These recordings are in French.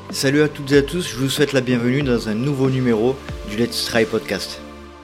Salut à toutes et à tous, je vous souhaite la bienvenue dans un nouveau numéro du Let's Try Podcast.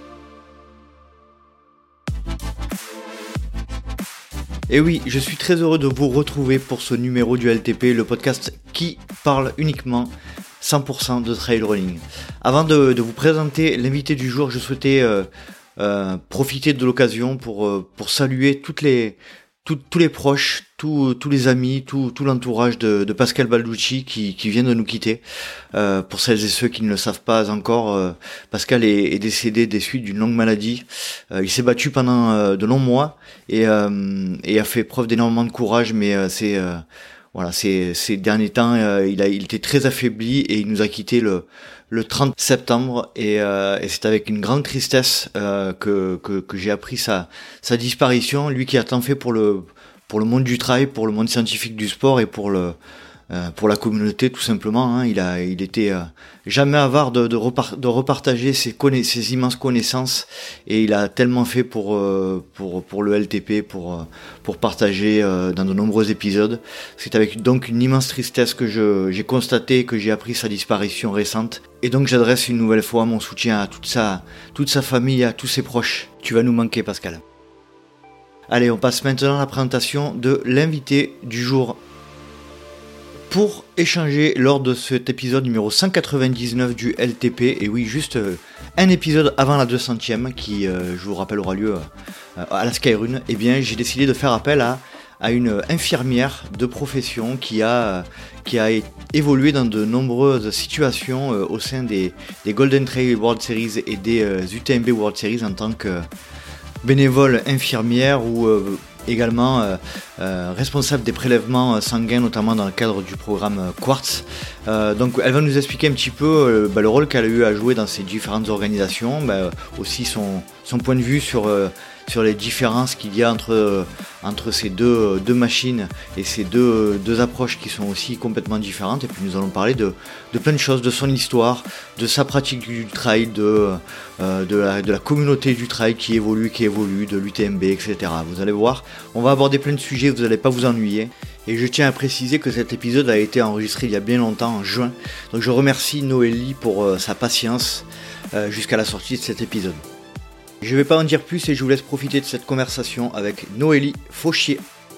Et oui, je suis très heureux de vous retrouver pour ce numéro du LTP, le podcast qui parle uniquement 100% de trail running. Avant de vous présenter l'invité du jour, je souhaitais profiter de l'occasion pour saluer tous les proches, tous les amis, tout l'entourage de Pascal Balducci qui vient de nous quitter. Pour celles et ceux qui ne le savent pas encore, Pascal est décédé des suites d'une longue maladie. Il s'est battu pendant de longs mois et a fait preuve d'énormément de courage, mais ces derniers temps, il était très affaibli et il nous a quitté le 30 septembre et c'est avec une grande tristesse que j'ai appris sa disparition, lui qui a tant fait pour le monde du trail, pour le monde scientifique du sport et pour la communauté tout simplement, hein. Il était jamais avare de repartager ses immenses connaissances et il a tellement fait pour le LTP, pour partager dans de nombreux épisodes. C'est avec donc une immense tristesse que j'ai constaté que j'ai appris sa disparition récente et donc j'adresse une nouvelle fois mon soutien à toute sa famille, à tous ses proches. Tu vas nous manquer, Pascal. Allez, on passe maintenant à la présentation de l'invité du jour. Pour échanger lors de cet épisode numéro 199 du LTP, et oui, juste un épisode avant la 200e qui, je vous rappelle, aura lieu à la Skyrun, eh bien, j'ai décidé de faire appel à une infirmière de profession qui a évolué dans de nombreuses situations au sein des Golden Trail World Series et des UTMB World Series en tant que bénévole infirmière ou également responsable des prélèvements sanguins, notamment dans le cadre du programme Quartz. Donc elle va nous expliquer un petit peu le rôle qu'elle a eu à jouer dans ces différentes organisations, aussi son point de vue sur les différences qu'il y a entre ces deux machines et ces deux approches qui sont aussi complètement différentes. Et puis nous allons parler de plein de choses, de son histoire, de sa pratique du trail, de la communauté du trail qui évolue, de l'UTMB, etc. Vous allez voir, on va aborder plein de sujets, vous n'allez pas vous ennuyer. Et je tiens à préciser que cet épisode a été enregistré il y a bien longtemps, en juin. Donc je remercie Noélie pour sa patience jusqu'à la sortie de cet épisode. Je ne vais pas en dire plus et je vous laisse profiter de cette conversation avec Noélie Fauchier.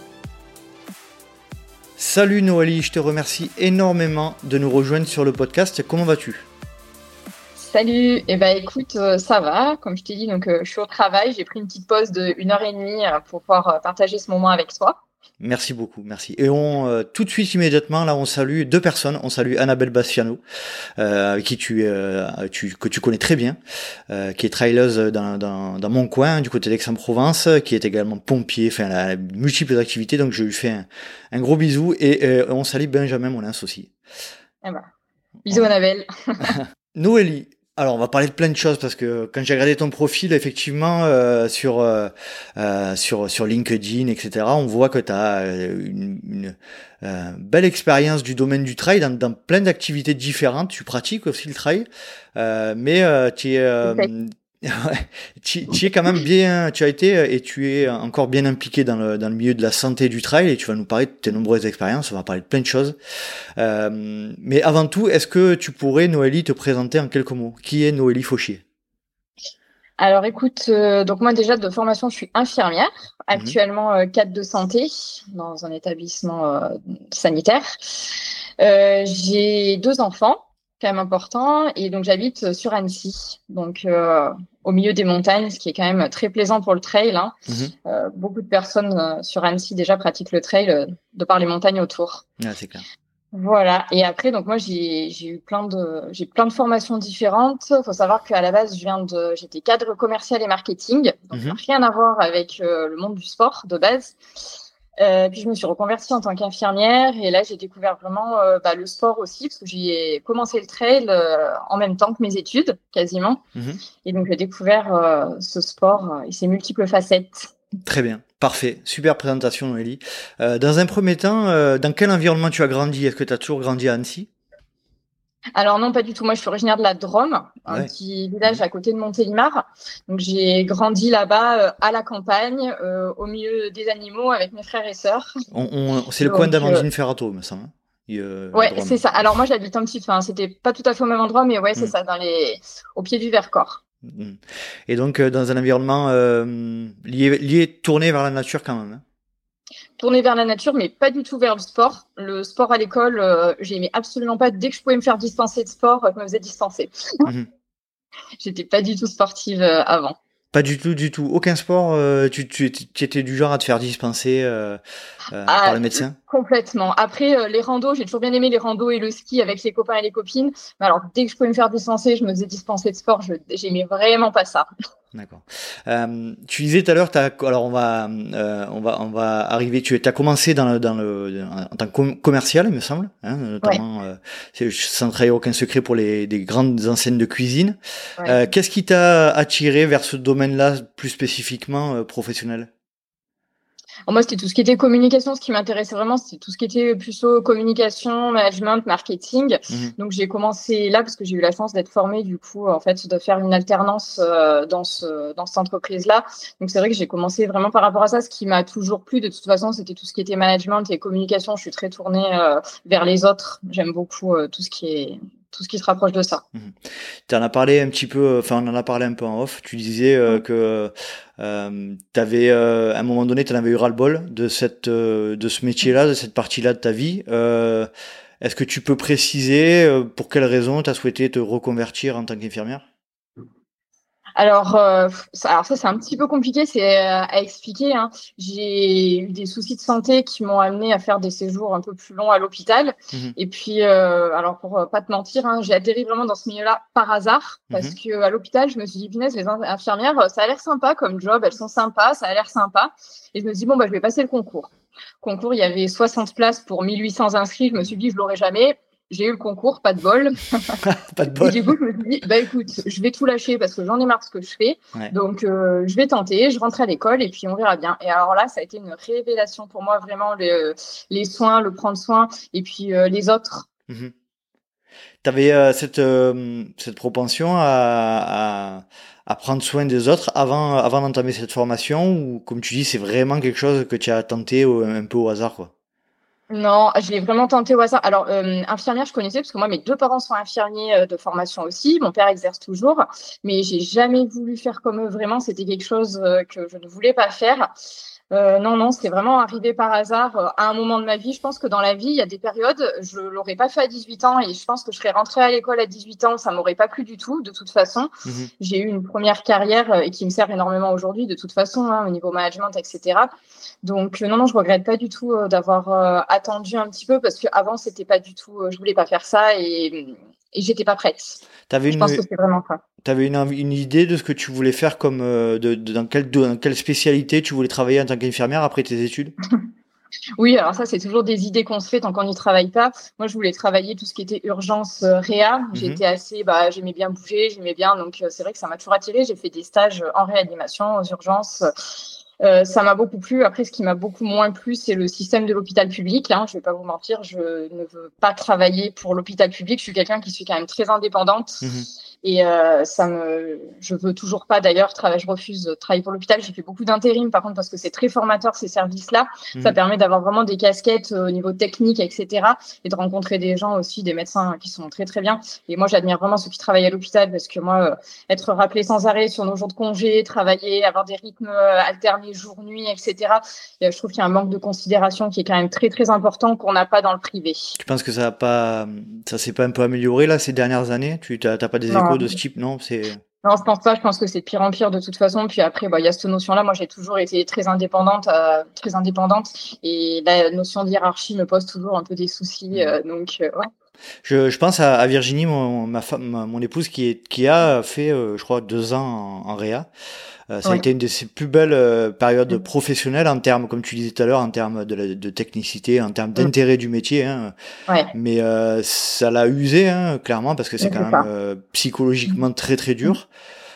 Salut Noélie, je te remercie énormément de nous rejoindre sur le podcast. Comment vas-tu ? Salut, écoute, ça va, comme je t'ai dit, donc je suis au travail, j'ai pris une petite pause de 1h30 pour pouvoir partager ce moment avec toi. Merci beaucoup, merci. Et tout de suite, immédiatement, là, on salue deux personnes. On salue Annabelle Bastiano, avec qui que tu connais très bien, qui est traileuse dans mon coin, du côté d'Aix-en-Provence, qui est également pompier, enfin, elle a multiples activités, donc je lui fais un gros bisou. Et on salue Benjamin Molins aussi. Bisous Annabelle. Noélie. Alors, on va parler de plein de choses parce que quand j'ai regardé ton profil, effectivement, sur LinkedIn, etc., on voit que tu as une belle expérience du domaine du trail dans plein d'activités différentes. Tu pratiques aussi le trail, mais tu es quand même bien, tu as été et tu es encore bien impliqué dans le milieu de la santé du trail et tu vas nous parler de tes nombreuses expériences, on va parler de plein de choses. Mais avant tout, est-ce que tu pourrais, Noélie, te présenter en quelques mots ? Qui est Noélie Fauchier ? Alors écoute, donc moi déjà de formation, je suis infirmière, actuellement cadre de santé dans un établissement sanitaire. J'ai 2 enfants, quand même important, et donc j'habite sur Annecy, donc au milieu des montagnes, ce qui est quand même très plaisant pour le trail, hein. Beaucoup de personnes sur Annecy déjà pratiquent le trail de par les montagnes autour. Ah, c'est clair. Voilà. Et après, donc moi, j'ai plein de formations différentes. Il faut savoir qu'à la base, j'étais cadre commercial et marketing, donc rien à voir avec le monde du sport de base. Puis je me suis reconvertie en tant qu'infirmière et là j'ai découvert vraiment le sport aussi parce que j'ai commencé le trail en même temps que mes études quasiment. Et donc j'ai découvert ce sport et ses multiples facettes. Très bien, parfait, super présentation Noélie. Dans un premier temps, dans quel environnement tu as grandi ? Est-ce que tu as toujours grandi à Annecy ? Alors non, pas du tout. Moi, je suis originaire de la Drôme, un petit village à côté de Montélimar. Donc, j'ai grandi là-bas, à la campagne, au milieu des animaux, avec mes frères et sœurs. C'est le coin d'Amandine Ferrato, me semble. Ouais, c'est ça. Alors moi, j'habite enfin, c'était pas tout à fait au même endroit, mais ouais, c'est ça, au pied du Vercors. Et donc, dans un environnement tourné vers la nature quand même. Hein. Tourné vers la nature, mais pas du tout vers le sport. Le sport à l'école, j'aimais absolument pas. Dès que je pouvais me faire dispenser de sport, je me faisais dispenser. J'étais pas du tout sportive avant. Pas du tout, du tout. Aucun sport. Tu étais du genre à te faire dispenser par le médecin? Complètement. Après, les randos, j'ai toujours bien aimé les randos et le ski avec les copains et les copines. Mais alors, dès que je pouvais me faire dispenser, je me faisais dispenser de sport. J'aimais vraiment pas ça. D'accord. Tu disais tout à l'heure, alors on va arriver. Tu as commencé en tant que commercial, il me semble, hein, notamment. Sans trahir aucun secret pour des grandes enseignes de cuisine. Ouais. Qu'est-ce qui t'a attiré vers ce domaine-là, plus spécifiquement professionnel? Moi, c'était tout ce qui était communication. Ce qui m'intéressait vraiment, c'était tout ce qui était plutôt communication, management, marketing. Donc, j'ai commencé là parce que j'ai eu la chance d'être formée, du coup, en fait, de faire une alternance dans cette entreprise-là. Donc, c'est vrai que j'ai commencé vraiment par rapport à ça. Ce qui m'a toujours plu, de toute façon, c'était tout ce qui était management et communication. Je suis très tournée vers les autres. J'aime beaucoup tout ce qui se rapproche de ça. Tu en as parlé un petit peu, enfin on en a parlé un peu en off. Tu disais que t'avais à un moment donné, tu en avais eu ras-le-bol de ce métier-là, de cette partie-là de ta vie. Est-ce que tu peux préciser pour quelles raisons tu as souhaité te reconvertir en tant qu'infirmière? Alors ça, c'est un petit peu compliqué, c'est à expliquer. Hein. J'ai eu des soucis de santé qui m'ont amené à faire des séjours un peu plus longs à l'hôpital. Et puis, alors pour pas te mentir, hein, j'ai atterri vraiment dans ce milieu-là par hasard, parce que à l'hôpital, je me suis dit, punaise, les infirmières, ça a l'air sympa comme job, elles sont sympas, ça a l'air sympa. Et je me suis dit, bon, bah, je vais passer le concours. Concours, il y avait 60 places pour 1800 inscrits. Je me suis dit, je l'aurai jamais. J'ai eu le concours, pas de bol. Pas de bol. Et du coup, je me suis dit, bah écoute, je vais tout lâcher parce que j'en ai marre de ce que je fais. Ouais. Donc, je vais tenter, je rentre à l'école et puis on verra bien. Et alors là, ça a été une révélation pour moi, vraiment, les soins, le prendre soin et puis les autres. T'avais cette propension à prendre soin des autres avant d'entamer cette formation, ou comme tu dis, c'est vraiment quelque chose que tu as tenté un peu au hasard, quoi. Non, je l'ai vraiment tenté au hasard. Alors, infirmière, je connaissais parce que moi, mes deux parents sont infirmiers de formation aussi. Mon père exerce toujours, mais j'ai jamais voulu faire comme eux. Vraiment, c'était quelque chose que je ne voulais pas faire. Non, c'est vraiment arrivé par hasard à un moment de ma vie. Je pense que dans la vie, il y a des périodes, je l'aurais pas fait à 18 ans et je pense que je serais rentrée à l'école à 18 ans, ça m'aurait pas plu du tout, de toute façon. J'ai eu une première carrière et qui me sert énormément aujourd'hui, de toute façon, hein, au niveau management, etc. Donc, non, je regrette pas du tout d'avoir attendu un petit peu parce qu'avant, c'était pas du tout, je voulais pas faire ça et j'étais pas prête. Je pense que c'est vraiment ça. T'avais une idée de ce que tu voulais faire comme dans quelle spécialité tu voulais travailler en tant qu'infirmière après tes études? Oui, alors ça, c'est toujours des idées qu'on se fait tant qu'on n'y travaille pas. Moi, je voulais travailler tout ce qui était urgence réa. J'étais j'aimais bien bouger, j'aimais bien. Donc, c'est vrai que ça m'a toujours attirée. J'ai fait des stages en réanimation, aux urgences. Ça m'a beaucoup plu. Après, ce qui m'a beaucoup moins plu, c'est le système de l'hôpital public. Là, je vais pas vous mentir, je ne veux pas travailler pour l'hôpital public. Je suis quelqu'un qui suis quand même très indépendante. Et je veux toujours pas d'ailleurs travailler. Je refuse de travailler pour l'hôpital. J'ai fait beaucoup d'intérim, par contre, parce que c'est très formateur ces services-là. Ça permet d'avoir vraiment des casquettes au niveau technique, etc. Et de rencontrer des gens aussi, des médecins qui sont très très bien. Et moi, j'admire vraiment ceux qui travaillent à l'hôpital parce que moi, être rappelé sans arrêt sur nos jours de congé, travailler, avoir des rythmes alternés jour-nuit, etc. Et je trouve qu'il y a un manque de considération qui est quand même très très important qu'on n'a pas dans le privé. Tu penses que ça s'est pas un peu amélioré là ces dernières années? T'as pas des échos de ce type? Non, Non, je pense pas. Je pense que c'est de pire en pire de toute façon. Puis après, il y a cette notion-là. Moi, j'ai toujours été très indépendante. Et la notion de hiérarchie me pose toujours un peu des soucis. Donc, ouais. Je pense à Virginie, mon épouse, qui a fait, je crois, 2 ans en réa. Ça a été une de ses plus belles périodes professionnelles en termes, comme tu disais tout à l'heure, en termes de technicité, en termes d'intérêt du métier. Hein. Mais ça l'a usé, hein, clairement, parce que c'est quand même psychologiquement très très dur.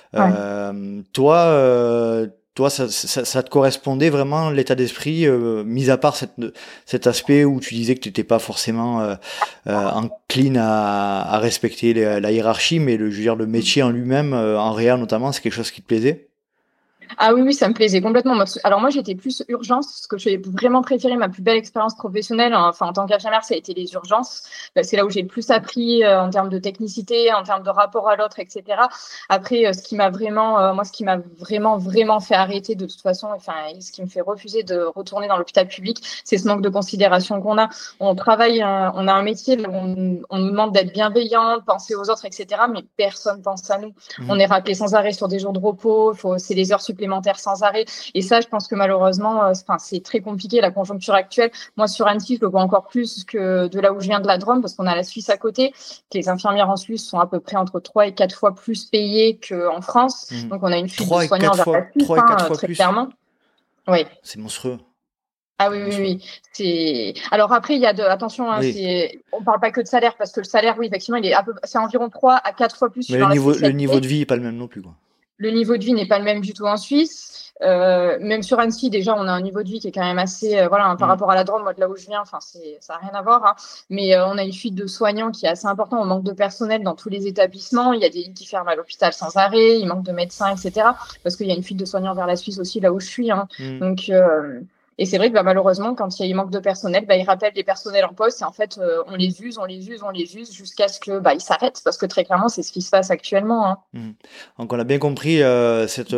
Toi, ça te correspondait vraiment l'état d'esprit, mis à part cet aspect où tu disais que tu n'étais pas forcément encline à respecter la hiérarchie, mais je veux dire, le métier en lui-même, en réa notamment, c'est quelque chose qui te plaisait? Ah oui, oui, ça me plaisait complètement. Alors moi, j'étais plus urgence, parce que j'ai vraiment préféré ma plus belle expérience professionnelle, hein, enfin en tant qu'infirmière, ça a été les urgences. C'est là où j'ai le plus appris en termes de technicité, en termes de rapport à l'autre, etc. Après, ce qui m'a vraiment, moi, ce qui m'a vraiment, vraiment fait arrêter de toute façon, enfin, et ce qui me fait refuser de retourner dans l'hôpital public, c'est ce manque de considération qu'on a. On travaille, on a un métier où on nous demande d'être bienveillant, de penser aux autres, etc. Mais personne pense à nous. On est rappelé sans arrêt sur des jours de repos, c'est des heures supplémentaires sans arrêt. Et ça, je pense que malheureusement, c'est très compliqué, la conjoncture actuelle. Moi, sur Annecy, je le vois encore plus que de là où je viens de la Drôme, parce qu'on a la Suisse à côté, que les infirmières en Suisse sont à peu près entre 3 et 4 fois plus payées qu'en France. Donc, on a une fuite de soignants vers la Suisse, 3 et 4 fois très plus. clairement. Oui. C'est monstrueux. Ah oui, oui, oui. Alors après, il y a attention, hein, oui. On parle pas que de salaire, parce que le salaire, oui, effectivement, c'est environ 3 à 4 fois plus Mais sur la spécialité. Le niveau de vie n'est pas le même non plus, quoi. Le niveau de vie n'est pas le même du tout en Suisse. Même sur Annecy, déjà, on a un niveau de vie qui est quand même assez, par rapport à la Drôme, moi de là où je viens, enfin, ça n'a rien à voir. Hein. Mais on a une fuite de soignants qui est assez importante. On manque de personnel dans tous les établissements. Il y a des lits qui ferment à l'hôpital sans arrêt. Il manque de médecins, etc. Parce qu'il y a une fuite de soignants vers la Suisse aussi, là où je suis. Hein. Donc, et c'est vrai que malheureusement, quand il manque de personnel, ils rappellent les personnels en poste et en fait, on les use jusqu'à ce que ils s'arrêtent parce que très clairement, c'est ce qui se passe actuellement. Hein. Donc on a bien compris cette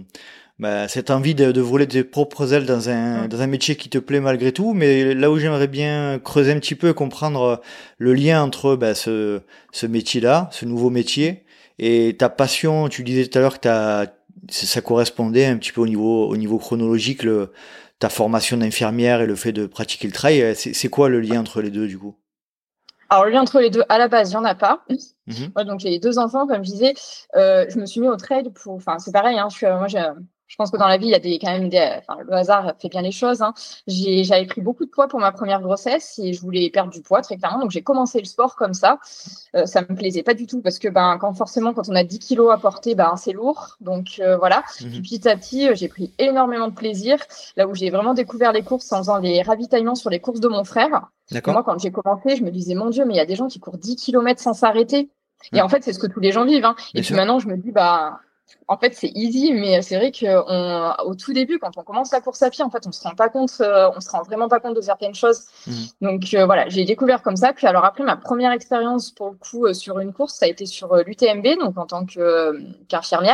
envie de voler tes propres ailes dans un métier qui te plaît malgré tout. Mais là où j'aimerais bien creuser un petit peu et comprendre le lien entre ce métier-là, ce nouveau métier, et ta passion. Tu disais tout à l'heure que ça correspondait un petit peu au niveau chronologique, ta formation d'infirmière et le fait de pratiquer le trail. C'est quoi le lien entre les deux du coup? Alors, le lien entre les deux, à la base, il n'y en a pas. Moi, donc, j'ai 2 enfants, comme je disais. Je me suis mis au trail enfin, c'est pareil, hein, je pense que dans la vie, il y a quand même le hasard fait bien les choses. Hein. J'avais pris beaucoup de poids pour ma première grossesse et je voulais perdre du poids, très clairement. Donc, j'ai commencé le sport comme ça. Ça me plaisait pas du tout parce que, quand on a 10 kilos à porter, c'est lourd. Donc, voilà. Puis, petit à petit, j'ai pris énormément de plaisir. Là où j'ai vraiment découvert les courses en faisant les ravitaillements sur les courses de mon frère. Et moi, quand j'ai commencé, je me disais, mon Dieu, mais il y a des gens qui courent 10 kilomètres sans s'arrêter. Et en fait, c'est ce que tous les gens vivent. Hein. Et puis maintenant, je me dis, en fait, c'est easy, mais c'est vrai qu'au tout début, quand on commence la course à pied, en fait, on se rend vraiment pas compte de certaines choses. Donc voilà, j'ai découvert comme ça. Puis alors après, ma première expérience pour le coup sur une course, ça a été sur l'UTMB, donc en tant qu'infirmière.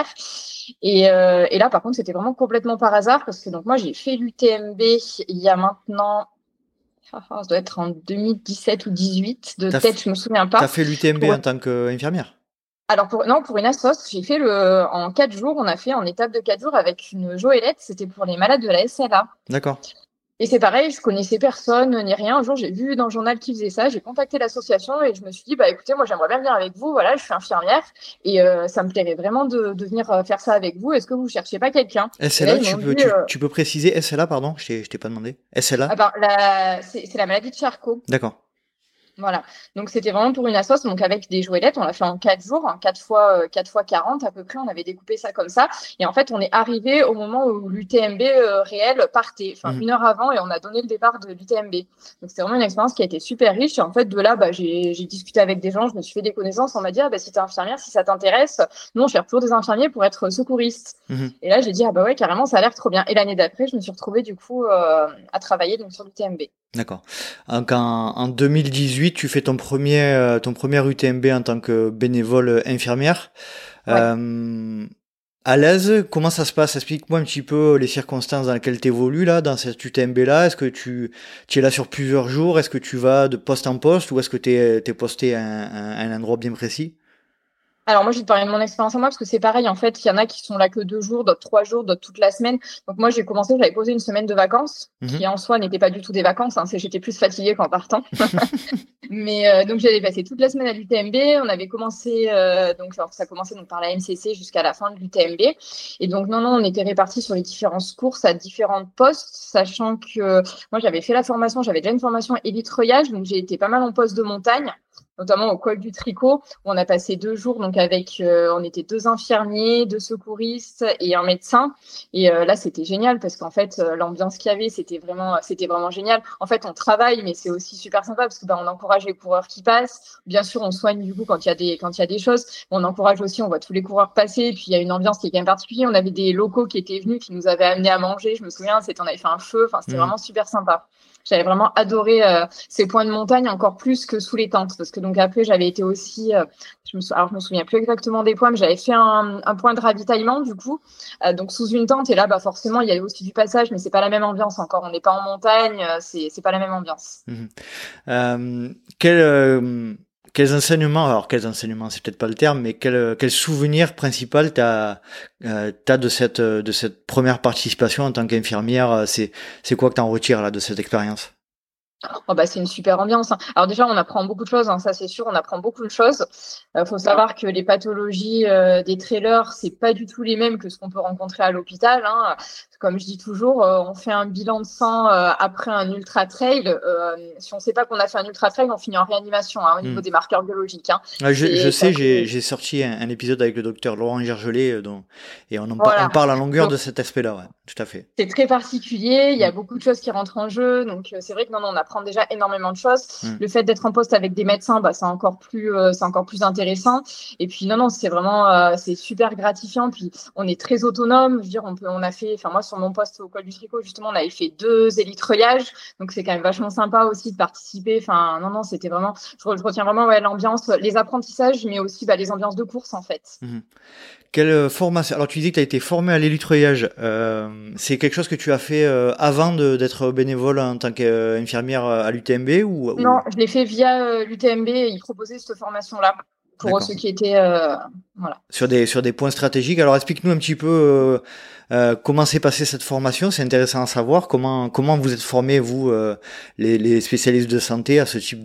Et là, par contre, c'était vraiment complètement par hasard parce que donc moi, j'ai fait l'UTMB il y a maintenant. Ça doit être en 2017 ou 2018. De tête, je me souviens pas. Tu as fait l'UTMB en tant qu'infirmière? Alors, pour une assoce, j'ai fait en 4 jours. On a fait en étape de 4 jours avec une Joëlette. C'était pour les malades de la SLA. D'accord. Et c'est pareil, je connaissais personne ni rien. Un jour, j'ai vu dans le journal qui faisait ça. J'ai contacté l'association et je me suis dit, écoutez, moi, j'aimerais bien venir avec vous. Voilà, je suis infirmière et ça me plairait vraiment de venir faire ça avec vous. Est-ce que vous cherchez pas quelqu'un? SLA, tu peux préciser SLA, pardon, je t'ai pas demandé. SLA. C'est la maladie de Charcot. D'accord. Voilà. Donc, c'était vraiment pour une assoce. Donc, avec des joëlettes, on l'a fait en 4 jours, en 4 fois 40 à peu près. On avait découpé ça comme ça. Et en fait, on est arrivé au moment où l'UTMB réel partait, enfin, 1 heure avant, et on a donné le départ de l'UTMB. Donc, c'était vraiment une expérience qui a été super riche. Et en fait, de là, j'ai discuté avec des gens, je me suis fait des connaissances. On m'a dit, si t'es infirmière, si ça t'intéresse, nous, on cherche toujours des infirmiers pour être secouristes. Et là, j'ai dit, ouais, carrément, ça a l'air trop bien. Et l'année d'après, je me suis retrouvée, du coup, à travailler donc, sur l'UTMB. D'accord. Donc en 2018, tu fais ton premier UTMB en tant que bénévole infirmière. Ouais. À l'aise, comment ça se passe? Explique-moi un petit peu les circonstances dans lesquelles tu évolues là, dans cette UTMB-là. Est-ce que tu es là sur plusieurs jours? Est-ce que tu vas de poste en poste ou est-ce que tu es posté à un endroit bien précis? Alors moi, je vais te parler de mon expérience à moi parce que c'est pareil. En fait, il y en a qui sont là que 2 jours, d'autres 3 jours, d'autres toute la semaine. Donc moi, j'avais posé une semaine de vacances qui en soi n'était pas du tout des vacances. Hein, j'étais plus fatiguée qu'en partant. Mais donc j'avais passé toute la semaine à l'UTMB. On avait commencé ça a commencé par la MCC jusqu'à la fin de l'UTMB. Et donc non, on était répartis sur les différentes courses à différents postes, sachant que moi j'avais fait la formation, j'avais déjà une formation élite reuillage, donc j'ai été pas mal en poste de montagne. notamment au col du Tricot, où on a passé 2 jours, donc avec, on était 2 infirmiers, 2 secouristes et un médecin. Et là, c'était génial parce qu'en fait, l'ambiance qu'il y avait, c'était vraiment génial. En fait, on travaille, mais c'est aussi super sympa parce que on encourage les coureurs qui passent. Bien sûr, on soigne du coup quand il y a des choses. On encourage aussi, on voit tous les coureurs passer. Et puis il y a une ambiance qui est quand même particulière. On avait des locaux qui étaient venus, qui nous avaient amenés à manger. Je me souviens, on avait fait un feu. Enfin, c'était vraiment super sympa. J'avais vraiment adoré ces points de montagne encore plus que sous les tentes parce que donc après j'avais été aussi, je me souviens plus exactement des points, mais j'avais fait un point de ravitaillement du coup, donc sous une tente et là forcément il y avait aussi du passage, mais c'est pas la même ambiance encore. On n'est pas en montagne, c'est pas la même ambiance. Quels enseignements, c'est peut-être pas le terme, mais quel souvenir principal t'as de cette première participation en tant qu'infirmière? C'est quoi que t'en retires là de cette expérience? C'est une super ambiance. Alors déjà, on apprend beaucoup de choses, ça c'est sûr, on apprend beaucoup de choses. Faut savoir que les pathologies des trailers, c'est pas du tout les mêmes que ce qu'on peut rencontrer à l'hôpital. Comme je dis toujours, on fait un bilan de sang après un ultra trail. Si on ne sait pas qu'on a fait un ultra trail, on finit en réanimation au niveau des marqueurs biologiques. Je sais, j'ai sorti un épisode avec le docteur Laurent Gergelet et on parle en longueur de cet aspect-là, ouais, tout à fait. C'est très particulier, il y a beaucoup de choses qui rentrent en jeu, donc c'est vrai que on apprend déjà énormément de choses. Le fait d'être en poste avec des médecins, c'est encore plus intéressant. Et puis c'est vraiment c'est super gratifiant. Puis on est très autonome. Je veux dire, on a fait, moi sur mon poste au col du Tricot justement, on avait fait 2 élytreuillages, donc c'est quand même vachement sympa aussi de participer. C'était vraiment, je retiens vraiment l'ambiance, les apprentissages, mais aussi les ambiances de course en fait. Quelle formation? Alors tu disais que tu as été formé à l'élytreuillage. C'est quelque chose que tu as fait avant d'être bénévole en tant qu'infirmière à l'UTMB ou... Non, je l'ai fait via l'UTMB. Ils proposaient cette formation-là pour ceux qui étaient voilà. Sur des points stratégiques. Alors explique-nous un petit peu comment s'est passée cette formation. C'est intéressant à savoir comment vous êtes formés, vous, les spécialistes de santé, à ce type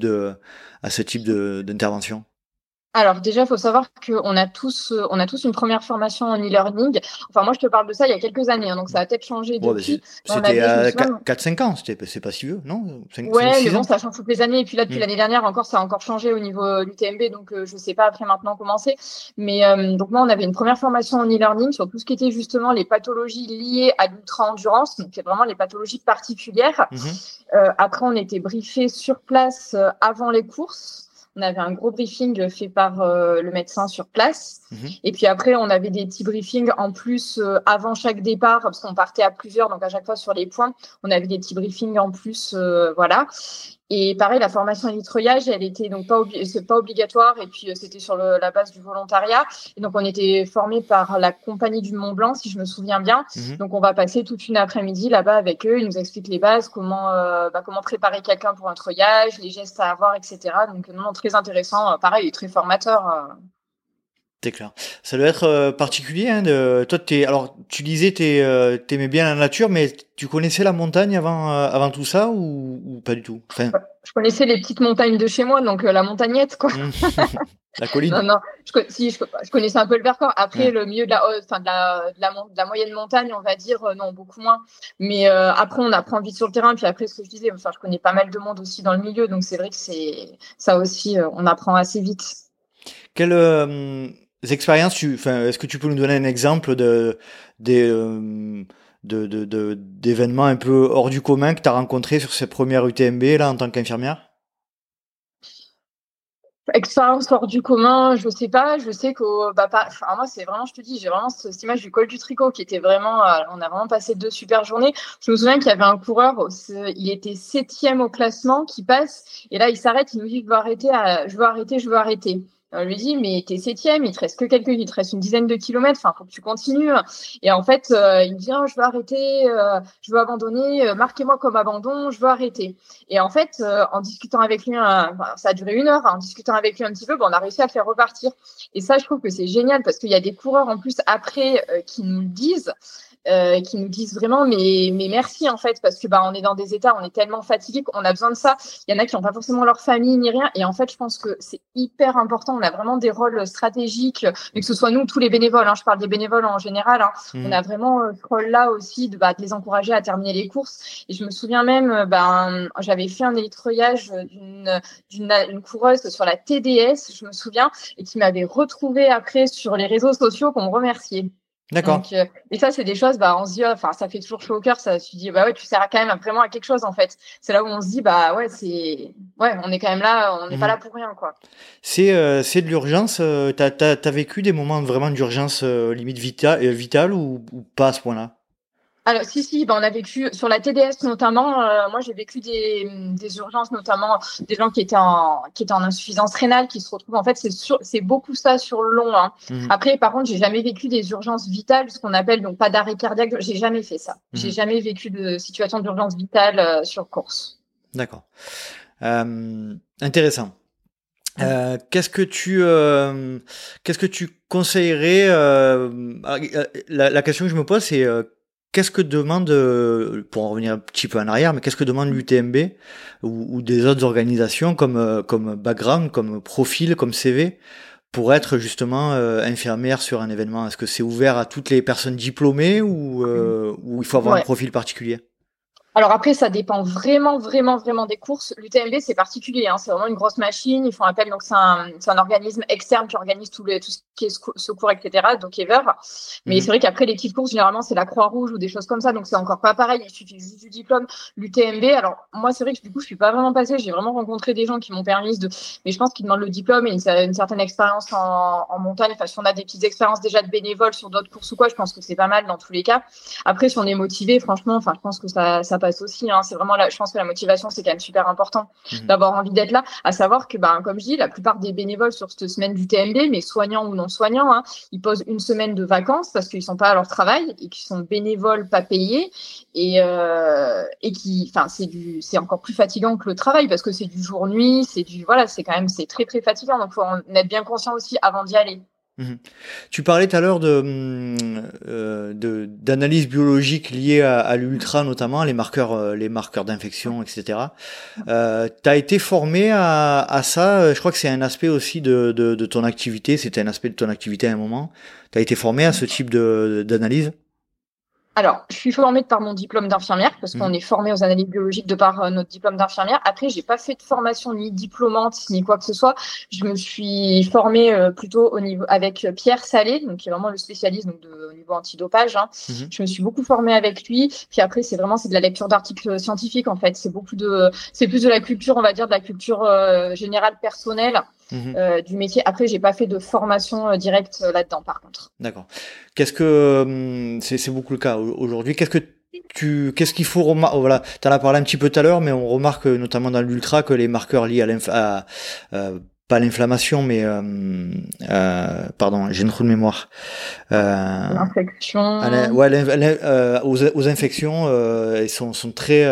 d'intervention. Alors déjà, il faut savoir qu'on a tous une première formation en e-learning. Enfin, moi, je te parle de ça il y a quelques années, donc ça a peut-être changé depuis. C'était 4-5 ans, c'est pas si vieux, non? 5, mais bon, ça change toutes les années. Et puis là, depuis l'année dernière, ça a encore changé au niveau l'UTMB, donc je sais pas après maintenant comment c'est. Mais donc moi, on avait une première formation en e-learning sur tout ce qui était justement les pathologies liées à l'ultra-endurance, donc c'est vraiment les pathologies particulières. Après, on était briefés sur place avant les courses. On avait un gros briefing fait par le médecin sur place. Et puis après, on avait des petits briefings en plus avant chaque départ, parce qu'on partait à plusieurs, donc à chaque fois sur les points, on avait des petits briefings en plus, voilà. Et pareil, la formation élytreuillage, elle était donc c'est pas obligatoire, et puis c'était sur la base du volontariat. Et donc on était formés par la compagnie du Mont Blanc, si je me souviens bien. Donc on va passer toute une après-midi là-bas avec eux. Ils nous expliquent les bases, comment préparer quelqu'un pour un treuillage, les gestes à avoir, etc. Donc très intéressant, pareil, et très formateur. C'est clair. Ça doit être particulier. Toi, alors tu disais t'aimais bien la nature, mais tu connaissais la montagne avant tout ça ou pas du tout? Je connaissais les petites montagnes de chez moi, donc la montagnette, quoi. La colline. Non, je connaissais un peu le Vercors. Après, le milieu de la moyenne montagne, on va dire, non, beaucoup moins. Mais après, on apprend vite sur le terrain. Puis après, ce que je disais, je connais pas mal de monde aussi dans le milieu, donc c'est vrai que c'est ça aussi, on apprend assez vite. Quelle expériences est-ce que tu peux nous donner un exemple d'événements un peu hors du commun que tu as rencontré sur cette première UTMB là en tant qu'infirmière? Expérience hors du commun, je sais pas. Je sais que moi c'est vraiment, je te dis, j'ai vraiment cette image du col du Tricot qui était vraiment, on a vraiment passé 2 super journées. Je me souviens qu'il y avait un coureur, il était 7e au classement, qui passe et là il s'arrête, il nous dit je veux arrêter. On lui dit mais t'es 7e, il te reste une dizaine de kilomètres, faut que tu continues. Et en fait il me dit je veux arrêter, je veux abandonner, marquez-moi comme abandon, je veux arrêter. Et en fait en discutant avec lui, ça a duré 1 heure, en discutant avec lui un petit peu, on a réussi à le faire repartir. Et ça je trouve que c'est génial parce qu'il y a des coureurs en plus après qui nous le disent. qui nous disent vraiment mais merci en fait, parce que on est dans des états, on est tellement fatigués qu'on a besoin de ça. Il y en a qui n'ont pas forcément leur famille ni rien, et en fait je pense que c'est hyper important. On a vraiment des rôles stratégiques, mais que ce soit nous, tous les bénévoles, je parle des bénévoles en général, on a vraiment ce rôle-là aussi de les encourager à terminer les courses. Et je me souviens même, j'avais fait un élitreuillage d'une coureuse sur la TDS, je me souviens, et qui m'avait retrouvée après sur les réseaux sociaux pour me remercier. D'accord. Donc, et ça, c'est des choses, on se dit, ça fait toujours chaud au cœur, ça. Tu dis, ouais, tu sers quand même vraiment à quelque chose, en fait. C'est là où on se dit, on est quand même là, on n'est pas là pour rien, quoi. C'est de l'urgence. T'as vécu des moments vraiment d'urgence limite vitale ou pas à ce point-là? Alors, si, on a vécu sur la TDS notamment. Moi, j'ai vécu des urgences, notamment des gens qui étaient en insuffisance rénale, qui se retrouvent. En fait, c'est beaucoup ça sur le long. Après, par contre, j'ai jamais vécu des urgences vitales, ce qu'on appelle donc pas d'arrêt cardiaque. J'ai jamais fait ça. J'ai jamais vécu de situation d'urgence vitale sur course. D'accord. Intéressant. Qu'est-ce que tu conseillerais la question que je me pose, c'est qu'est-ce que demande, pour en revenir un petit peu en arrière, mais qu'est-ce que demande l'UTMB ou des autres organisations comme background, comme profil, comme CV, pour être justement infirmière sur un événement? Est-ce que c'est ouvert à toutes les personnes diplômées ou il faut avoir un profil particulier? Alors après, ça dépend vraiment, vraiment, vraiment des courses. L'UTMB, c'est particulier, c'est vraiment une grosse machine. Ils font appel, donc c'est un organisme externe qui organise tout ce qui est secours, etc. Donc Ever. Mais c'est vrai qu'après les petites courses, généralement, c'est la Croix-Rouge ou des choses comme ça. Donc c'est encore pas pareil. Il suffit juste du diplôme. L'UTMB, alors moi, c'est vrai que du coup, je suis pas vraiment passée. J'ai vraiment rencontré des gens qui m'ont permis mais je pense qu'ils demandent le diplôme et une certaine expérience en montagne. Enfin, si on a des petites expériences déjà de bénévoles sur d'autres courses ou quoi, je pense que c'est pas mal dans tous les cas. Après, si on est motivé, franchement, je pense que ça passe aussi. C'est vraiment je pense que la motivation, c'est quand même super important d'avoir envie d'être là. À savoir que, comme je dis, la plupart des bénévoles sur cette semaine du TMB, mais soignants ou non soignants, ils posent une semaine de vacances parce qu'ils sont pas à leur travail et qu'ils sont bénévoles pas payés et c'est encore plus fatigant que le travail parce que c'est du jour-nuit, c'est c'est très très fatigant. Donc faut en être bien conscient aussi avant d'y aller. Tu parlais tout à l'heure d'analyse biologique liée à l'ultra, notamment les marqueurs d'infection, etc. T'as été formé à ça. Je crois que c'est un aspect aussi de ton activité. C'était un aspect de ton activité à un moment. T'as été formé à ce type d'analyse? Alors, je suis formée par mon diplôme d'infirmière, parce qu'on est formé aux analyses biologiques de par notre diplôme d'infirmière. Après, j'ai pas fait de formation ni diplômante, ni quoi que ce soit. Je me suis formée plutôt au niveau avec Pierre Salé, donc qui est vraiment le spécialiste au niveau antidopage. Je me suis beaucoup formée avec lui. Puis après, c'est de la lecture d'articles scientifiques, en fait. C'est plus de la culture, on va dire, de la culture générale personnelle. Du métier. Après, j'ai pas fait de formation directe là-dedans, par contre. D'accord. Qu'est-ce que c'est beaucoup le cas aujourd'hui. Qu'est-ce qu'il faut remarquer? Voilà, t'en as parlé un petit peu tout à l'heure, mais on remarque notamment dans l'ultra que les marqueurs liés pas l'inflammation, mais pardon, j'ai une trou de mémoire. L'infection. Aux infections, ils sont très.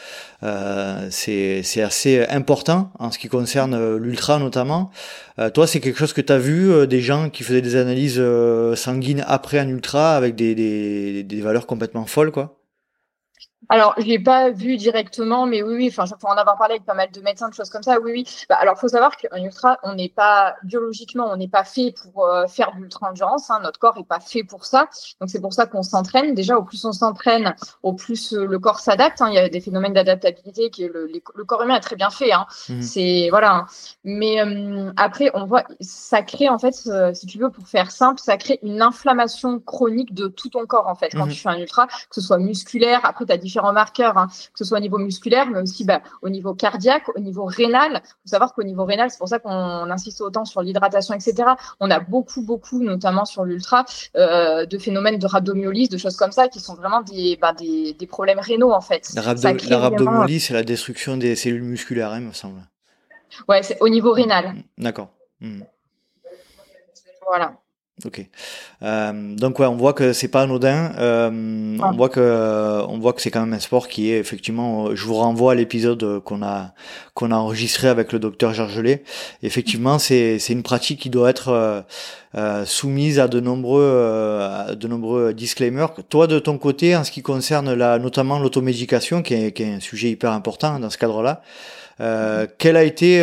C'est assez important en ce qui concerne l'ultra notamment. Toi, c'est quelque chose que tu as vu des gens qui faisaient des analyses sanguines après un ultra avec des valeurs complètement folles, quoi? Alors, je l'ai pas vu directement, mais oui, enfin, faut en avoir parlé avec pas mal de médecins, de choses comme ça. Oui. Alors, faut savoir qu'un ultra, on n'est pas biologiquement, on n'est pas fait pour faire de l'ultra-endurance. Notre corps est pas fait pour ça. Donc, c'est pour ça qu'on s'entraîne. Déjà, au plus on s'entraîne, au plus le corps s'adapte. Il y a des phénomènes d'adaptabilité que le corps humain est très bien fait. C'est voilà. Mais après, on voit, ça crée en fait, si tu veux, pour faire simple, ça crée une inflammation chronique de tout ton corps en fait. Quand tu fais un ultra, que ce soit musculaire, après tu as différents marqueurs, que ce soit au niveau musculaire, mais aussi au niveau cardiaque, au niveau rénal. Il faut savoir qu'au niveau rénal, c'est pour ça qu'on insiste autant sur l'hydratation, etc. On a beaucoup, notamment sur l'ultra, de phénomènes de rhabdomyolyse, de choses comme ça, qui sont vraiment des problèmes rénaux, en fait. La rhabdomyolyse, c'est la destruction des cellules musculaires, il me semble. Ouais, c'est au niveau rénal. D'accord. Voilà. Ok. Donc ouais, on voit que c'est pas anodin. On voit que c'est quand même un sport qui est effectivement. Je vous renvoie à l'épisode qu'on a enregistré avec le docteur Gergelet. Effectivement, c'est une pratique qui doit être soumise à de nombreux disclaimers. Toi, de ton côté, en ce qui concerne notamment l'automédication, qui est un sujet hyper important dans ce cadre-là, quelle a été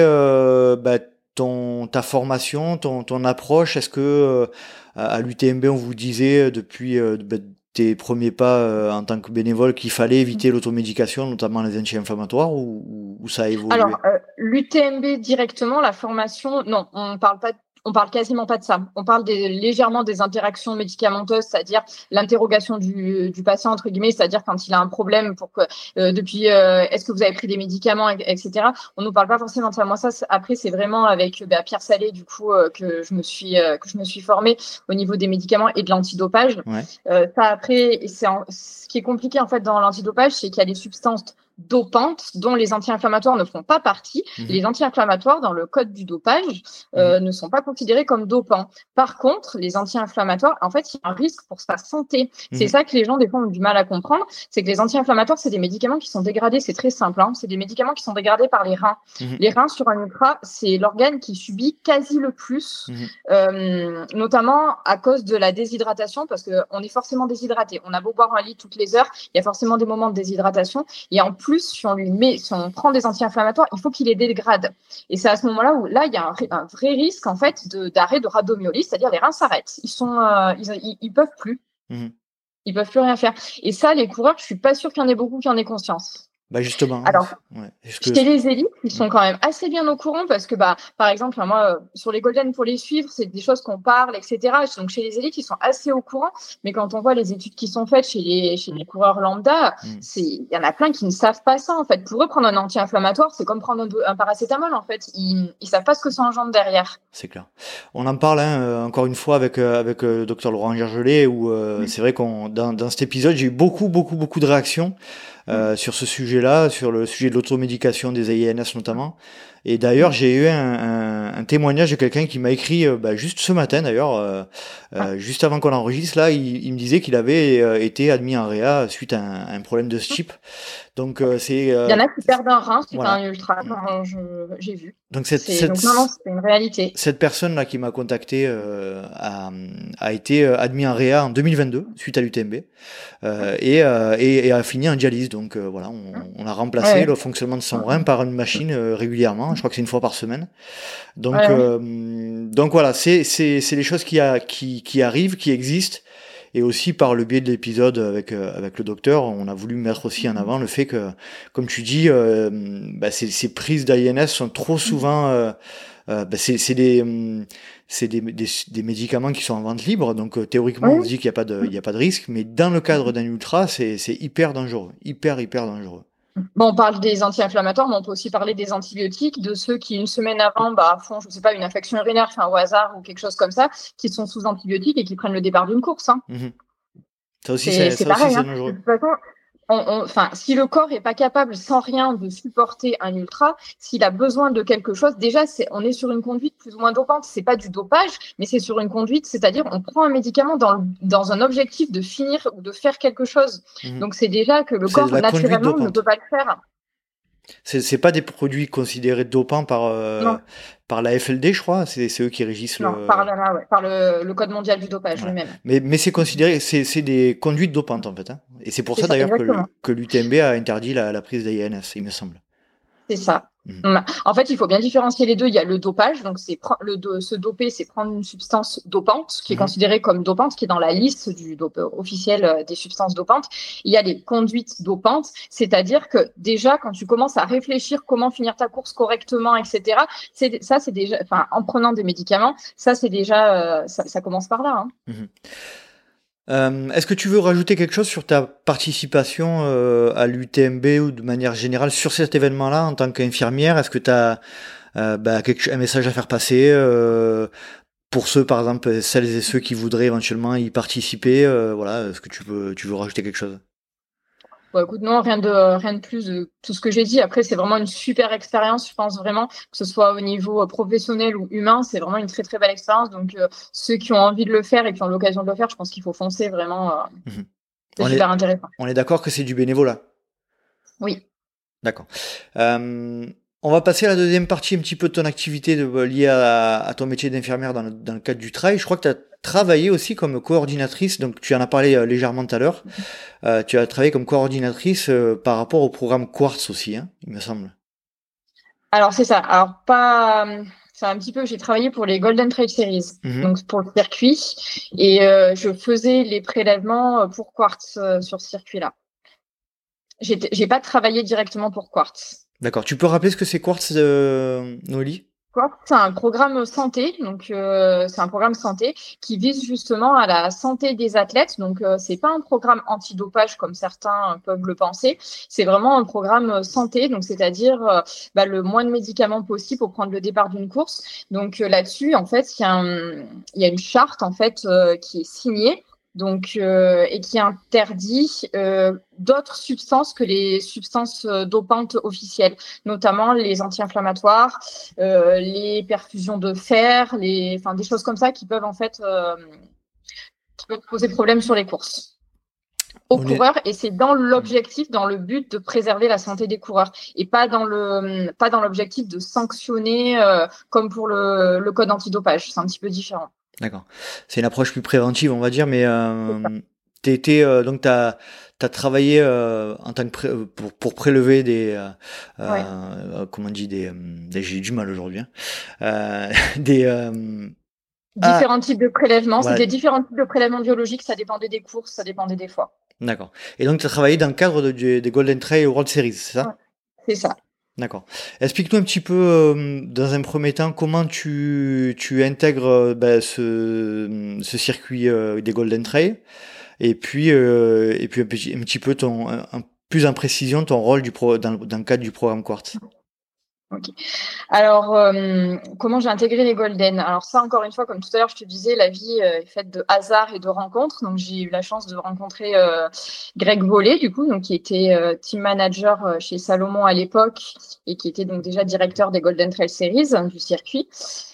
ta formation, ton approche? Est-ce que à l'UTMB on vous disait depuis tes premiers pas en tant que bénévole qu'il fallait éviter l'automédication, notamment les anti-inflammatoires, ou ça a évolué? Alors, l'UTMB directement, la formation, non, on parle quasiment pas de ça. On parle légèrement des interactions médicamenteuses, c'est-à-dire l'interrogation du patient, entre guillemets, c'est-à-dire quand il a un problème pour que, est-ce que vous avez pris des médicaments, etc. On nous parle pas forcément de ça. Moi, ça, après, c'est vraiment avec Pierre Salé, du coup, que je me suis formée au niveau des médicaments et de l'antidopage. Ouais. Ça, après, ce qui est compliqué, en fait, dans l'antidopage, c'est qu'il y a des substances dopantes dont les anti-inflammatoires ne font pas partie. Les anti-inflammatoires dans le code du dopage ne sont pas considérés comme dopants. Par contre, les anti-inflammatoires, en fait, il y a un risque pour sa santé. C'est ça que les gens des fois ont du mal à comprendre, c'est que les anti-inflammatoires, c'est des médicaments qui sont dégradés, c'est très simple, hein, c'est des médicaments qui sont dégradés par les reins. Les reins sur un ultra, c'est l'organe qui subit quasi le plus, notamment à cause de la déshydratation, parce qu'on est forcément déshydraté. On a beau boire 1 litre toutes les heures, il y a forcément des moments de déshydratation, et en plus, si on prend des anti-inflammatoires, il faut qu'il les dégrade. Et c'est à ce moment-là où là, il y a un vrai risque en fait d'arrêt de rhabdomyolyse, c'est-à-dire les reins s'arrêtent. Ils peuvent plus. Ils peuvent plus rien faire. Et ça, les coureurs, je suis pas sûre qu'il y en ait beaucoup qui en aient conscience. Bah justement. Alors, chez les élites, ils sont quand même assez bien au courant parce que, par exemple, moi, sur les Golden, pour les suivre, c'est des choses qu'on parle, etc. Donc, chez les élites, ils sont assez au courant. Mais quand on voit les études qui sont faites chez les coureurs lambda, il y en a plein qui ne savent pas ça, en fait. Pour eux, prendre un anti-inflammatoire, c'est comme prendre un paracétamol, en fait. Ils savent pas ce que ça engendre derrière. C'est clair. On en parle encore une fois avec le docteur Laurent Gergelet où c'est vrai dans cet épisode, j'ai eu beaucoup de réactions sur ce sujet-là, sur le sujet de l'automédication des AINS notamment. Et d'ailleurs, j'ai eu un témoignage de quelqu'un qui m'a écrit juste ce matin d'ailleurs, juste avant qu'on enregistre là, il me disait qu'il avait été admis en réa suite à un problème de ce type. Donc il y en a qui perdent un rein suite à un ultra, j'ai vu. Donc c'est une réalité. Cette personne là qui m'a contacté a été admis en réa en 2022 suite à l'UTMB et a fini en dialyse. Donc voilà, on a remplacé le fonctionnement de son rein par une machine régulièrement. Je crois que c'est 1 fois par semaine. Donc donc voilà, c'est les choses qui arrivent, qui existent. Et aussi par le biais de l'épisode avec le docteur, on a voulu mettre aussi en avant le fait que, comme tu dis, ces prises d'AINS sont trop souvent, c'est des médicaments qui sont en vente libre, donc théoriquement on se dit qu'il y a pas de risque, mais dans le cadre d'un ultra, c'est hyper dangereux, hyper dangereux. On parle des anti-inflammatoires, mais on peut aussi parler des antibiotiques, de ceux qui, une semaine avant, font, je sais pas, une infection urinaire, au hasard ou quelque chose comme ça, qui sont sous antibiotiques et qui prennent le départ d'une course. Ça aussi, c'est pareil. C'est dangereux. De toute façon, si le corps est pas capable, sans rien, de supporter un ultra, s'il a besoin de quelque chose, déjà, on est sur une conduite plus ou moins dopante. C'est pas du dopage, mais c'est sur une conduite, c'est-à-dire on prend un médicament dans un objectif de finir ou de faire quelque chose. Donc c'est déjà que le corps naturellement ne peut pas le faire. C'est pas des produits considérés dopants par la FLD, je crois. C'est eux qui régissent par le code mondial du dopage lui-même. Mais c'est considéré, c'est des conduites dopantes en fait. Hein. Et c'est pour ça d'ailleurs que l'UTMB a interdit la prise d'AINS, il me semble. C'est ça. En fait, il faut bien différencier les deux. Il y a le dopage, donc se doper, c'est prendre une substance dopante qui est considérée comme dopante, qui est dans la liste officielle des substances dopantes. Il y a les conduites dopantes, c'est-à-dire que déjà, quand tu commences à réfléchir comment finir ta course correctement, etc., c'est déjà, en prenant des médicaments, ça c'est déjà, ça commence par là. Est-ce que tu veux rajouter quelque chose sur ta participation à l'UTMB ou de manière générale sur cet événement-là en tant qu'infirmière? Est-ce que tu as un message à faire passer pour ceux, par exemple, celles et ceux qui voudraient éventuellement y participer? Est-ce que tu veux rajouter quelque chose? Bon, écoute, non, rien de plus de tout ce que j'ai dit. Après, c'est vraiment une super expérience, je pense vraiment, que ce soit au niveau professionnel ou humain, c'est vraiment une très très belle expérience. Donc, ceux qui ont envie de le faire et qui ont l'occasion de le faire, je pense qu'il faut foncer vraiment. C'est super intéressant. On est d'accord que c'est du bénévolat. Oui. D'accord. On va passer à la deuxième partie un petit peu de ton activité liée à ton métier d'infirmière dans le cadre du travail. Je crois que tu as travaillé aussi comme coordinatrice, donc tu en as parlé légèrement tout à l'heure. Tu as travaillé comme coordinatrice par rapport au programme Quartz aussi, hein, il me semble. Alors, c'est ça. Alors, pas. C'est un petit peu, j'ai travaillé pour les Golden Trail Series, donc pour le circuit, et je faisais les prélèvements pour Quartz sur ce circuit-là. J'ai pas travaillé directement pour Quartz. D'accord. Tu peux rappeler ce que c'est Quartz, Noélie? Quartz, c'est un programme santé, donc c'est un programme santé qui vise justement à la santé des athlètes. Donc c'est pas un programme antidopage comme certains peuvent le penser. C'est vraiment un programme santé, donc c'est-à-dire le moins de médicaments possible pour prendre le départ d'une course. Donc là-dessus, en fait, il y a une charte en fait qui est signée. Donc, et qui interdit d'autres substances que les substances dopantes officielles, notamment les anti-inflammatoires, les perfusions de fer, des choses comme ça qui peuvent en fait qui peuvent poser problème sur les courses aux coureurs, et c'est dans l'objectif, dans le but de préserver la santé des coureurs et pas dans l'objectif de sanctionner comme pour le code antidopage. C'est un petit peu différent. D'accord. C'est une approche plus préventive, on va dire, mais donc t'as travaillé en tant que pour prélever comment on dit j'ai du mal aujourd'hui, hein, différents types de prélèvements. Voilà. C'était différents types de prélèvements biologiques. Ça dépendait des courses, ça dépendait des fois. D'accord. Et donc tu as travaillé dans le cadre des Golden Trail World Series, c'est ça? Ouais, c'est ça. D'accord. Explique-nous un petit peu, dans un premier temps, comment tu intègres ce circuit des Golden Trail, et puis un petit peu plus en précision ton rôle dans le cadre du programme Quartz. Ok. Alors, comment j'ai intégré les Golden? Alors ça, encore une fois, comme tout à l'heure, je te disais, la vie est faite de hasard et de rencontres. Donc, j'ai eu la chance de rencontrer Greg Vollet, du coup, donc qui était team manager chez Salomon à l'époque et qui était donc déjà directeur des Golden Trail Series du circuit.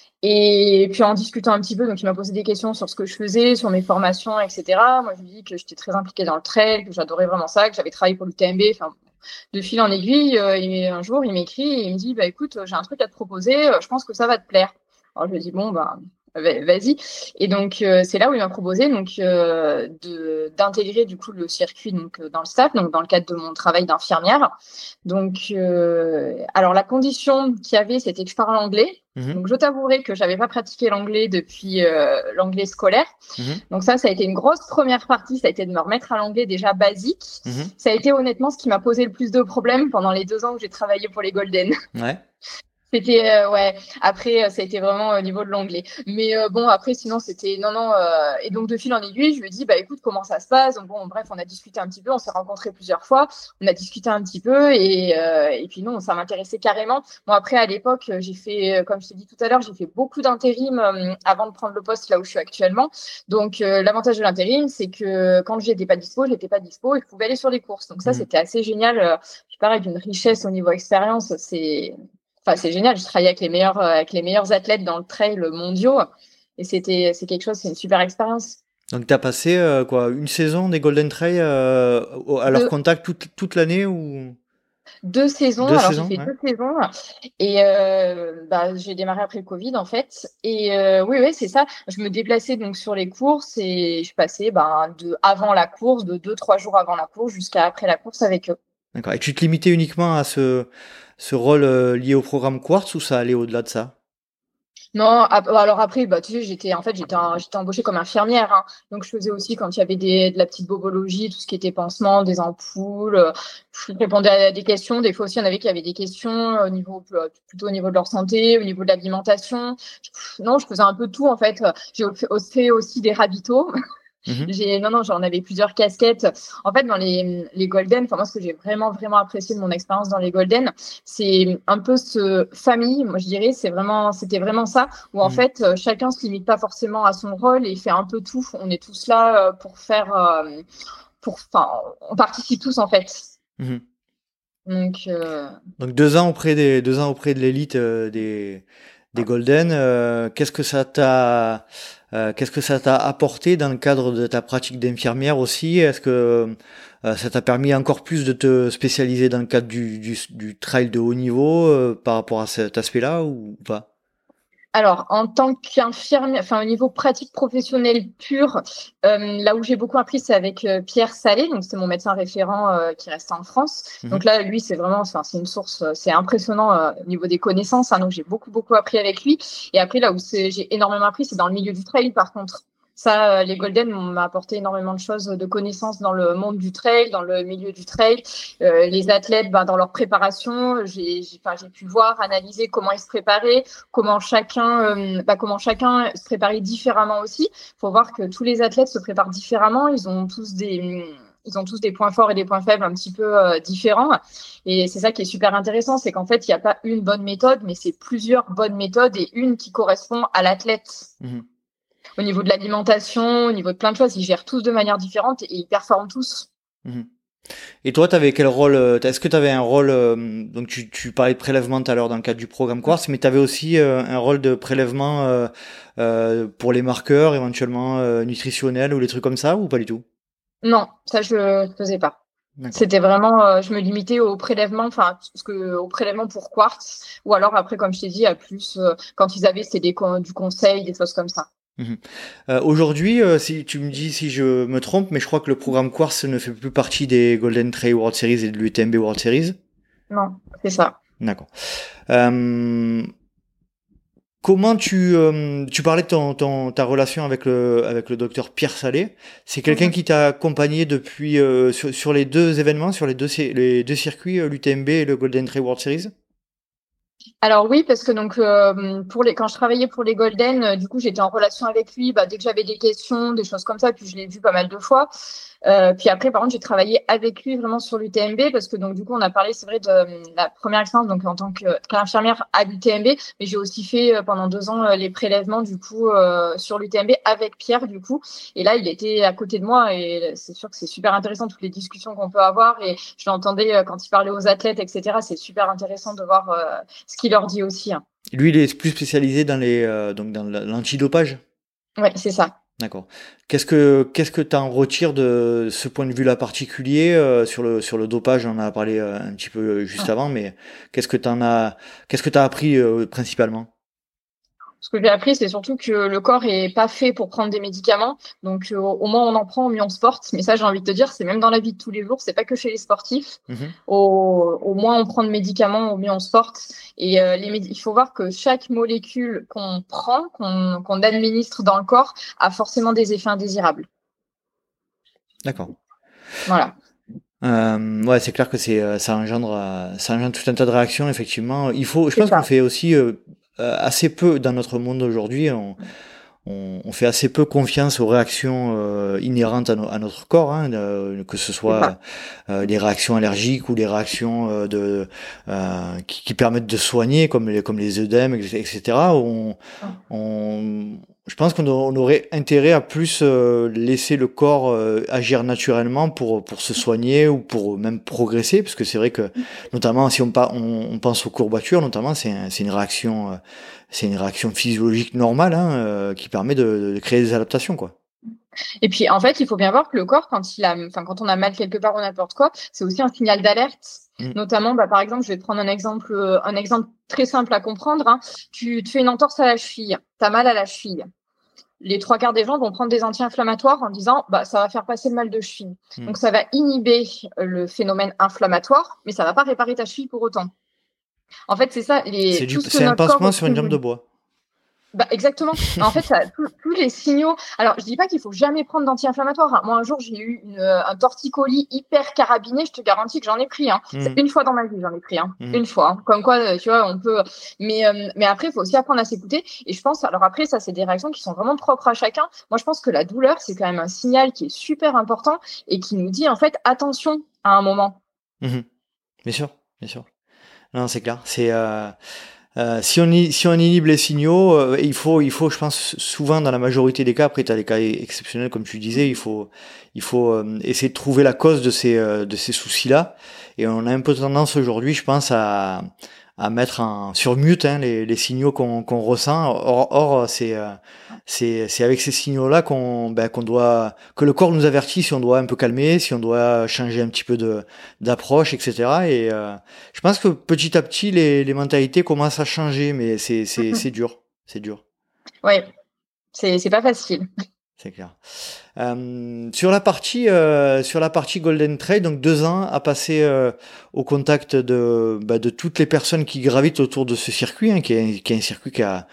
Et puis en discutant un petit peu, donc il m'a posé des questions sur ce que je faisais, sur mes formations, etc. Moi, je lui ai dit que j'étais très impliquée dans le trail, que j'adorais vraiment ça, que j'avais travaillé pour l'UTMB. Enfin, de fil en aiguille, un jour, il m'écrit et il me dit, écoute, j'ai un truc à te proposer, je pense que ça va te plaire. Alors je lui ai dit, bon, vas-y. Et donc c'est là où il m'a proposé d'intégrer du coup le circuit dans le staff, donc dans le cadre de mon travail d'infirmière. Donc alors la condition qu'il y avait, c'était que je parle anglais. Donc je t'avouerai que j'avais pas pratiqué l'anglais depuis l'anglais scolaire. Donc ça a été une grosse première partie, ça a été de me remettre à l'anglais déjà basique. Ça a été honnêtement ce qui m'a posé le plus de problèmes pendant les 2 ans où j'ai travaillé pour les Golden. Ouais. C'était après ça a été vraiment au niveau de l'anglais, mais bon après sinon c'était non et donc de fil en aiguille je lui ai dit écoute comment ça se passe. Donc bon bref, on a discuté un petit peu, on s'est rencontrés plusieurs fois, on a discuté un petit peu et puis non, ça m'intéressait carrément. Bon après à l'époque j'ai fait comme je t'ai dit tout à l'heure, j'ai fait beaucoup d'intérim avant de prendre le poste là où je suis actuellement. Donc l'avantage de l'intérim, c'est que quand j'étais pas dispo et je pouvais aller sur les courses. Donc ça c'était assez génial. Je parlais d'une richesse au niveau expérience, c'est génial. Je travaillais avec les meilleurs athlètes dans le trail mondiaux et c'est quelque chose, c'est une super expérience. Donc tu as passé une saison des Golden Trail à leur contact toute l'année ou 2 saisons. Alors j'ai fait 2 saisons et j'ai démarré après le Covid en fait. Et oui c'est ça. Je me déplaçais donc sur les courses et je passais avant la course, de 2-3 jours avant la course jusqu'à après la course avec eux. D'accord. Et tu te limitais uniquement à ce rôle lié au programme Quartz ou ça allait au-delà de ça? Non, alors après, tu sais, j'étais embauchée comme infirmière, hein. Donc je faisais aussi quand il y avait de la petite bobologie, tout ce qui était pansement, des ampoules. Je répondais à des questions. Des fois aussi, il y en avait qui avaient des questions plutôt au niveau de leur santé, au niveau de l'alimentation. Non, je faisais un peu tout en fait. J'ai fait aussi des ravitaux. J'en avais plusieurs casquettes. En fait, dans les Golden, moi, ce que j'ai vraiment, vraiment apprécié de mon expérience dans les Golden, c'est un peu ce famille, moi, je dirais, c'était vraiment ça, où en fait, chacun se limite pas forcément à son rôle et fait un peu tout. On est tous là pour on participe tous en fait. Mhm. Donc 2 ans auprès de l'élite des Golden. Qu'est-ce que ça t'a apporté dans le cadre de ta pratique d'infirmière aussi? Est-ce que ça t'a permis encore plus de te spécialiser dans le cadre du trail de haut niveau par rapport à cet aspect-là ou pas? Alors, en tant qu'infirmière, au niveau pratique professionnelle pure, là où j'ai beaucoup appris, c'est avec Pierre Salé, donc c'est mon médecin référent qui reste en France. Donc là, lui, c'est vraiment, c'est une source, c'est impressionnant au niveau des connaissances. Donc j'ai beaucoup appris avec lui. Et après, là où j'ai énormément appris, c'est dans le milieu du trail, par contre. Ça, les Golden m'a apporté énormément de choses, de connaissances dans le monde du trail, dans le milieu du trail. Les athlètes, dans leur préparation, j'ai pu voir, analyser comment ils se préparaient, comment chacun se préparait différemment aussi. Il faut voir que tous les athlètes se préparent différemment. Ils ont tous des points forts et des points faibles un petit peu différents. Et c'est ça qui est super intéressant, c'est qu'en fait, il n'y a pas une bonne méthode, mais c'est plusieurs bonnes méthodes et une qui correspond à l'athlète. Au niveau de l'alimentation, au niveau de plein de choses, ils gèrent tous de manière différente et ils performent tous. Et toi, tu avais quel rôle? Est-ce que tu avais un rôle, donc tu parlais de prélèvement tout à l'heure dans le cadre du programme Quartz, mais tu avais aussi un rôle de prélèvement pour les marqueurs, éventuellement nutritionnels ou les trucs comme ça, ou pas du tout? Non, ça je ne faisais pas. D'accord. C'était vraiment, je me limitais au prélèvement, au prélèvement pour Quartz, ou alors après, comme je t'ai dit, à plus, quand ils avaient, c'était du conseil, des choses comme ça. Aujourd'hui, si tu me dis si je me trompe, mais je crois que le programme Quartz ne fait plus partie des Golden Trail World Series et de l'UTMB World Series. Non, c'est ça. D'accord. Comment tu parlais de ta relation avec le docteur Pierre Salé. C'est quelqu'un qui t'a accompagné depuis sur les deux événements, sur les deux circuits, l'UTMB et le Golden Trail World Series? Alors oui, parce que donc quand je travaillais pour les Golden, du coup j'étais en relation avec lui dès que j'avais des questions, des choses comme ça, puis je l'ai vu pas mal de fois. Puis après, par contre, j'ai travaillé avec lui vraiment sur l'UTMB parce que donc du coup on a parlé, c'est vrai, de la première expérience donc en tant qu'infirmière à l'UTMB, mais j'ai aussi fait pendant 2 ans les prélèvements du coup sur l'UTMB avec Pierre du coup. Et là, il était à côté de moi et c'est sûr que c'est super intéressant toutes les discussions qu'on peut avoir et je l'entendais quand il parlait aux athlètes, etc. C'est super intéressant de voir ce qu'il leur dit aussi. Lui, il est plus spécialisé dans dans l'antidopage. Ouais, c'est ça. D'accord. Qu'est-ce que tu en retires de ce point de vue-là particulier sur le dopage? On en a parlé un petit peu juste avant, mais qu'est-ce que t'as appris principalement? Ce que j'ai appris, c'est surtout que le corps est pas fait pour prendre des médicaments. Donc, au moins on en prend, au mieux on se porte. Mais ça, j'ai envie de te dire, c'est même dans la vie de tous les jours. C'est pas que chez les sportifs. Au moins on prend de médicaments, au mieux on se porte. Et il faut voir que chaque molécule qu'on prend, qu'on administre dans le corps, a forcément des effets indésirables. D'accord. Voilà. Ouais, c'est clair que ça engendre tout un tas de réactions, effectivement. Je pense qu'on fait aussi assez peu dans notre monde d'aujourd'hui. On fait assez peu confiance aux réactions inhérentes à notre corps, hein, que ce soit des réactions allergiques ou des réactions qui permettent de soigner, comme les œdèmes, etc. Je pense qu'on aurait intérêt à plus laisser le corps agir naturellement pour se soigner ou pour même progresser, parce que c'est vrai que notamment si on pense aux courbatures, notamment c'est une réaction physiologique normale qui permet de créer des adaptations, quoi. Et puis en fait, il faut bien voir que le corps, quand on a mal quelque part ou n'importe quoi, c'est aussi un signal d'alerte. Notamment, par exemple, je vais te prendre un exemple très simple à comprendre. Hein. Tu te fais une entorse à la cheville, tu as mal à la cheville. Les 3/4 des gens vont prendre des anti-inflammatoires en disant ça va faire passer le mal de cheville. Donc ça va inhiber le phénomène inflammatoire, mais ça va pas réparer ta cheville pour autant. En fait, c'est ça. C'est un pansement sur une jambe de bois. Exactement. En fait, tous les signaux. Alors, je dis pas qu'il faut jamais prendre d'anti-inflammatoire. Hein. Moi, un jour, j'ai eu un torticolis hyper carabiné. Je te garantis que j'en ai pris. Hein. C'est une fois dans ma vie, j'en ai pris. Hein. Une fois. Hein. Comme quoi, tu vois, on peut. Mais après, il faut aussi apprendre à s'écouter. Et je pense. Alors après, ça, c'est des réactions qui sont vraiment propres à chacun. Moi, je pense que la douleur, c'est quand même un signal qui est super important et qui nous dit en fait attention à un moment. Bien sûr, bien sûr. Non, c'est clair. C'est Si on inhibe les signaux, il faut, je pense, souvent dans la majorité des cas, après tu as des cas exceptionnels comme tu disais, il faut essayer de trouver la cause de ces soucis-là. Et on a un peu tendance aujourd'hui, je pense, à mettre sur mute les signaux qu'on ressent. Or c'est avec ces signaux-là qu'on doit, que le corps nous avertit si on doit un peu calmer, si on doit changer un petit peu d'approche, etc. Et je pense que petit à petit les mentalités commencent à changer, mais c'est dur, c'est dur. Oui, c'est pas facile. C'est clair. Sur la partie Golden Trail, donc 2 ans à passer au contact de toutes les personnes qui gravitent autour de ce circuit, qui est un circuit qui a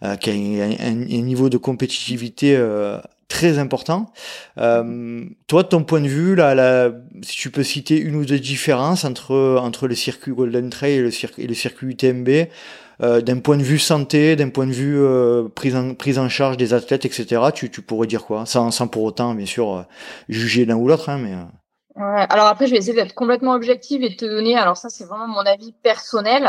un niveau de compétitivité très important. Toi, de ton point de vue, si tu peux citer une ou deux différences entre le circuit Golden Trail et le circuit UTMB, d'un point de vue santé, d'un point de vue prise en charge des athlètes, etc., tu pourrais dire quoi, sans pour autant, bien sûr, juger l'un ou l'autre, mais... Ouais, alors après, je vais essayer d'être complètement objective et de te donner, alors ça c'est vraiment mon avis personnel.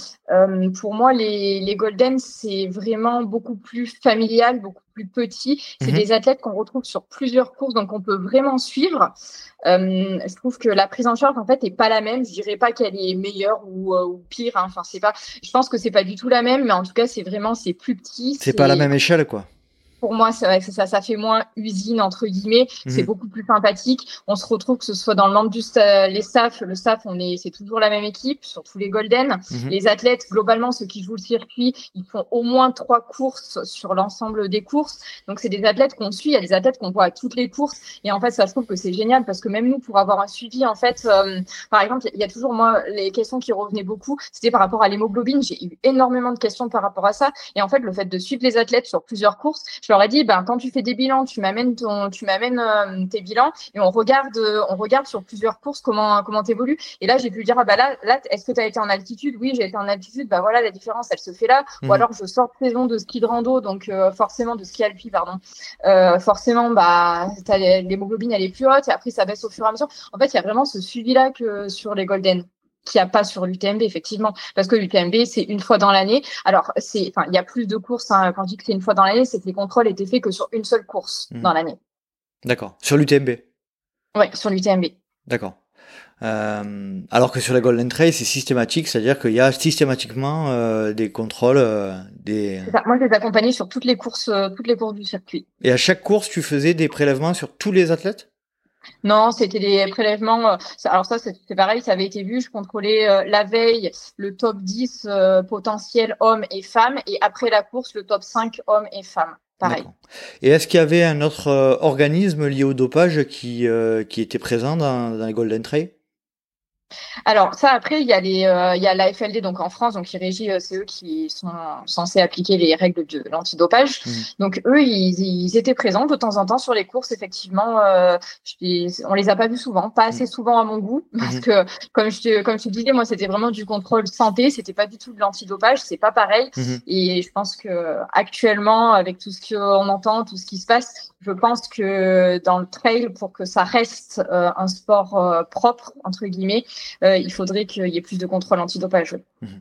Pour moi, les Golden, c'est vraiment beaucoup plus familial, beaucoup plus petit. C'est des athlètes qu'on retrouve sur plusieurs courses, donc on peut vraiment suivre. Je trouve que la prise en charge, en fait, est pas la même. Je dirais pas qu'elle est meilleure ou pire. Enfin, c'est pas. Je pense que c'est pas du tout la même, mais en tout cas, c'est plus petit. C'est pas à la même échelle, quoi. Pour moi, c'est vrai que ça fait moins usine, entre guillemets. C'est beaucoup plus sympathique. On se retrouve, que ce soit dans le membre les staffs, le staff, c'est toujours la même équipe, sur tous les Golden. Les athlètes, globalement, ceux qui jouent le circuit, ils font au moins 3 courses sur l'ensemble des courses. Donc, c'est des athlètes qu'on suit. Il y a des athlètes qu'on voit à toutes les courses. Et en fait, ça, je trouve que c'est génial parce que même nous, pour avoir un suivi, en fait, par exemple, il y a toujours, moi, les questions qui revenaient beaucoup, c'était par rapport à l'hémoglobine. J'ai eu énormément de questions par rapport à ça. Et en fait, le fait de suivre les athlètes sur plusieurs courses, je leur ai dit, quand tu fais des bilans, tu m'amènes tes bilans et on regarde sur plusieurs courses comment t'évolues. Et là, j'ai pu dire, là, est-ce que tu as été en altitude? Oui, j'ai été en altitude. Voilà, la différence, elle se fait là. Ou alors, je sors de saison de ski de rando, donc forcément de ski alpi, pardon. Forcément, l'hémoglobine, elle est plus haute et après, ça baisse au fur et à mesure. En fait, il y a vraiment ce suivi-là que sur les Golden, qu'il n'y a pas sur l'UTMB, effectivement. Parce que l'UTMB, c'est une fois dans l'année. Alors, il y a plus de courses. Quand je dis que c'est une fois dans l'année, c'est que les contrôles étaient faits que sur une seule course dans l'année. D'accord. Sur l'UTMB? Oui, sur l'UTMB. D'accord. Alors que sur la Golden Trail, c'est systématique, c'est-à-dire qu'il y a systématiquement des contrôles. C'est ça. Moi, je les accompagnais sur toutes les courses du circuit. Et à chaque course, tu faisais des prélèvements sur tous les athlètes? Non, c'était des prélèvements. Alors ça, c'est pareil, ça avait été vu. Je contrôlais la veille le top 10 potentiel hommes et femmes. Et après la course, le top 5 hommes et femmes. Pareil. D'accord. Et est-ce qu'il y avait un autre organisme lié au dopage qui était présent dans les Golden Trail? Alors ça, après, il y a la FLD donc en France, donc qui régit, c'est eux qui sont censés appliquer les règles de l'antidopage. Donc eux, ils étaient présents de temps en temps sur les courses. Effectivement, on les a pas vus souvent, pas assez souvent à mon goût, parce que comme je te disais, moi c'était vraiment du contrôle santé, c'était pas du tout de l'antidopage, c'est pas pareil. Et je pense que actuellement, avec tout ce qu'on entend, tout ce qui se passe, je pense que dans le trail, pour que ça reste un sport propre entre guillemets, il faudrait qu'il y ait plus de contrôle antidopage.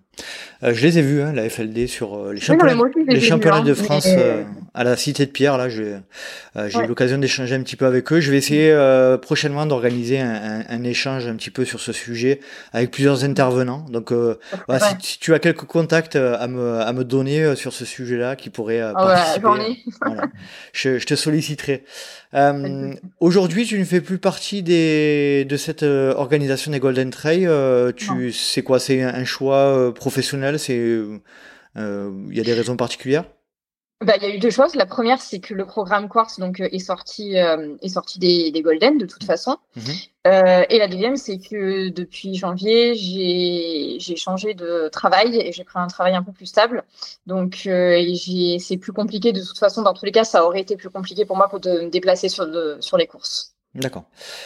Je les ai vus, la FLD, sur les championnats de France à la Cité de Pierre. Là, j'ai eu l'occasion d'échanger un petit peu avec eux. Je vais essayer prochainement d'organiser un échange un petit peu sur ce sujet avec plusieurs intervenants. Donc, si tu as quelques contacts à me donner sur ce sujet-là qui pourraient participer, j'en ai. Voilà, je te solliciterai. Aujourd'hui, tu ne fais plus partie de cette organisation des Golden Trail. C'est quoi? C'est un choix professionnel? Il y a des raisons particulières? Il y a eu 2 choses. La première, c'est que le programme Quartz est sorti des Golden de toute façon. Et la deuxième, c'est que depuis janvier, j'ai changé de travail et j'ai pris un travail un peu plus stable. Donc, c'est plus compliqué. De toute façon, dans tous les cas, ça aurait été plus compliqué pour moi de me déplacer sur les courses. D'accord.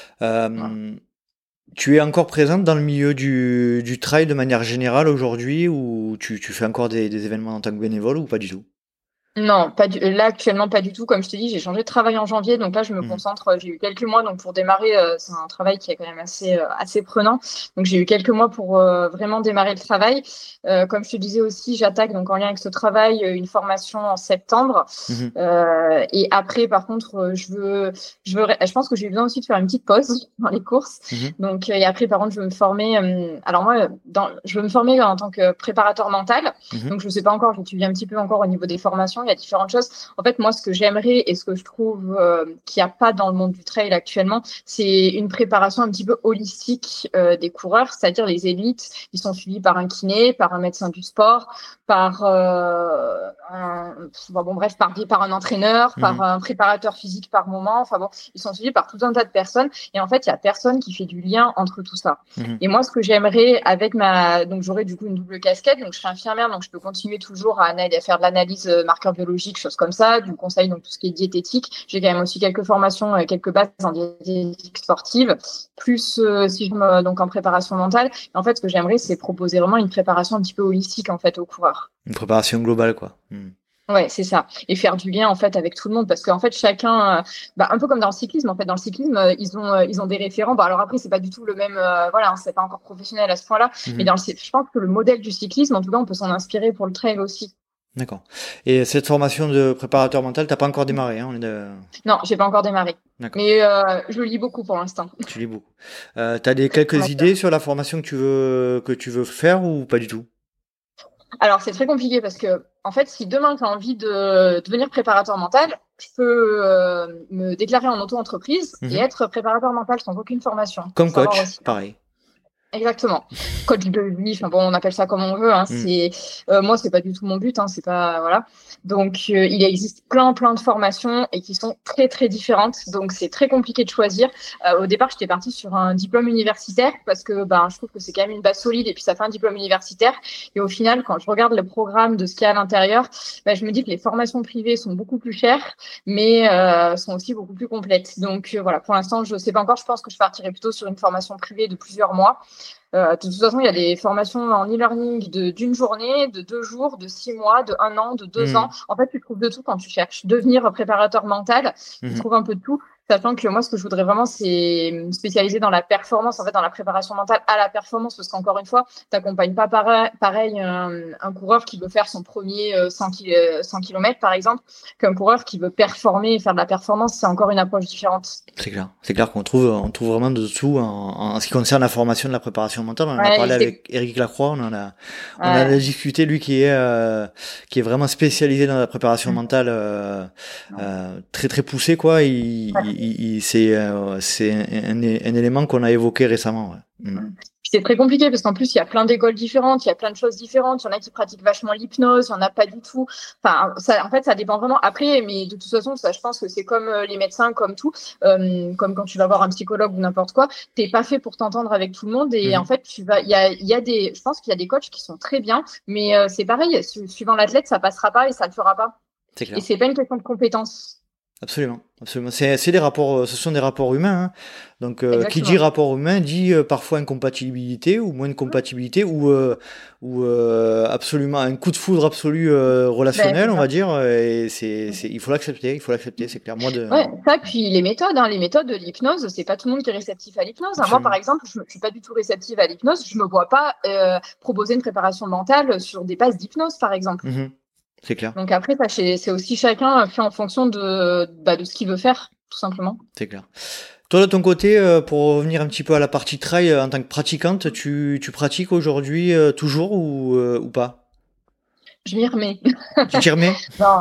Tu es encore présente dans le milieu du trail de manière générale aujourd'hui, ou tu fais encore des événements en tant que bénévole ou pas du tout? Non, là actuellement pas du tout. Comme je te dis, j'ai changé de travail en janvier, donc là je me concentre. J'ai eu quelques mois donc pour démarrer. C'est un travail qui est quand même assez prenant. Donc j'ai eu quelques mois pour vraiment démarrer le travail. Comme je te disais aussi, j'attaque donc en lien avec ce travail une formation en septembre. Et après, par contre, je pense que j'ai besoin aussi de faire une petite pause dans les courses. Donc et après, par contre, je veux me former. Alors moi, je veux me former en tant que préparateur mental. Donc je sais pas encore. J'étudie un petit peu encore au niveau des formations. Il y a différentes choses. En fait, moi, ce que j'aimerais et ce que je trouve qu'il n'y a pas dans le monde du trail actuellement, c'est une préparation un petit peu holistique des coureurs, c'est-à-dire les élites. Ils sont suivis par un kiné, par un médecin du sport, par par un entraîneur, par un préparateur physique par moment. Enfin bon, ils sont suivis par tout un tas de personnes. Et en fait, il y a personne qui fait du lien entre tout ça. Et moi, ce que j'aimerais donc j'aurais du coup une double casquette. Donc je serai infirmière, donc je peux continuer toujours à faire de l'analyse marqueur biologique, choses comme ça, du conseil, donc tout ce qui est diététique. J'ai quand même aussi quelques formations, quelques bases en diététique sportive, plus donc en préparation mentale. Et en fait, ce que j'aimerais, c'est proposer vraiment une préparation un petit peu holistique en fait aux coureurs. Une préparation globale, quoi. Ouais, c'est ça. Et faire du lien en fait avec tout le monde, parce qu'en fait chacun, un peu comme dans le cyclisme. En fait, dans le cyclisme, ils ont des référents. Bon, alors après, c'est pas du tout le même. Voilà, hein, c'est pas encore professionnel à ce point-là. Mais je pense que le modèle du cyclisme, en tout cas, on peut s'en inspirer pour le trail aussi. D'accord. Et cette formation de préparateur mental, t'as pas encore démarré, hein? Non, j'ai pas encore démarré. D'accord. Mais je lis beaucoup pour l'instant. Tu lis beaucoup. T'as quelques idées sur la formation que tu veux faire ou pas du tout? Alors, c'est très compliqué parce que, en fait, si demain tu as envie de devenir préparateur mental, je peux me déclarer en auto-entreprise et être préparateur mental sans aucune formation. Comme coach, aussi, pareil. Exactement. Coach de vie, enfin bon, on appelle ça comme on veut. Hein. Moi, c'est pas du tout mon but. Hein, c'est pas voilà. Donc, il existe plein de formations et qui sont très très différentes. Donc, c'est très compliqué de choisir. Au départ, j'étais partie sur un diplôme universitaire parce que je trouve que c'est quand même une base solide et puis ça fait un diplôme universitaire. Et au final, quand je regarde le programme de ce qu'il y a à l'intérieur, je me dis que les formations privées sont beaucoup plus chères, mais sont aussi beaucoup plus complètes. Donc voilà, pour l'instant, je sais pas encore. Je pense que je partirai plutôt sur une formation privée de plusieurs mois. De toute façon, il y a des formations en e-learning d'une journée, de 2 jours, de 6 mois, de 1 an, de 2 ans. En fait, tu trouves de tout quand tu cherches. Devenir préparateur mental, tu trouves un peu de tout. Sachant que moi, ce que je voudrais vraiment, c'est me spécialiser dans la performance, en fait, dans la préparation mentale à la performance, parce qu'encore une fois, tu n'accompagnes pas pareil un coureur qui veut faire son premier 100 km, par exemple, qu'un coureur qui veut performer et faire de la performance. C'est encore une approche différente. C'est clair qu'on trouve vraiment de tout en ce qui concerne la formation de la préparation mentale. On en a parlé avec Éric Lacroix, on a discuté, lui qui est vraiment spécialisé dans la préparation mentale très très poussée, quoi. C'est un élément qu'on a évoqué récemment. C'est très compliqué parce qu'en plus, il y a plein d'écoles différentes, il y a plein de choses différentes. Il y en a qui pratiquent vachement l'hypnose, il n'y en a pas du tout. Enfin, en fait, ça dépend vraiment. Après, mais de toute façon, ça, je pense que c'est comme les médecins, comme tout. Comme quand tu vas voir un psychologue ou n'importe quoi, t'es pas fait pour t'entendre avec tout le monde. Et en fait, je pense qu'il y a des coachs qui sont très bien, mais c'est pareil, suivant l'athlète, ça passera pas et ça le fera pas. C'est clair. Et c'est pas une question de compétence. Absolument. C'est des rapports, ce sont des rapports humains. Hein. Donc, qui dit rapport humain dit parfois incompatibilité ou moins de compatibilité ou absolument un coup de foudre absolu relationnel, on va dire. Et il faut l'accepter, c'est clair. Ça, puis les méthodes de l'hypnose, c'est pas tout le monde qui est réceptif à l'hypnose. Moi, par exemple, je suis pas du tout réceptive à l'hypnose. Je me vois pas proposer une préparation mentale sur des bases d'hypnose, par exemple. C'est clair. Donc après, c'est aussi chacun fait en fonction de ce qu'il veut faire, tout simplement. C'est clair. Toi, de ton côté, pour revenir un petit peu à la partie trail, en tant que pratiquante, tu pratiques aujourd'hui toujours ou pas? Je m'y remets. Tu t'y remets? Non.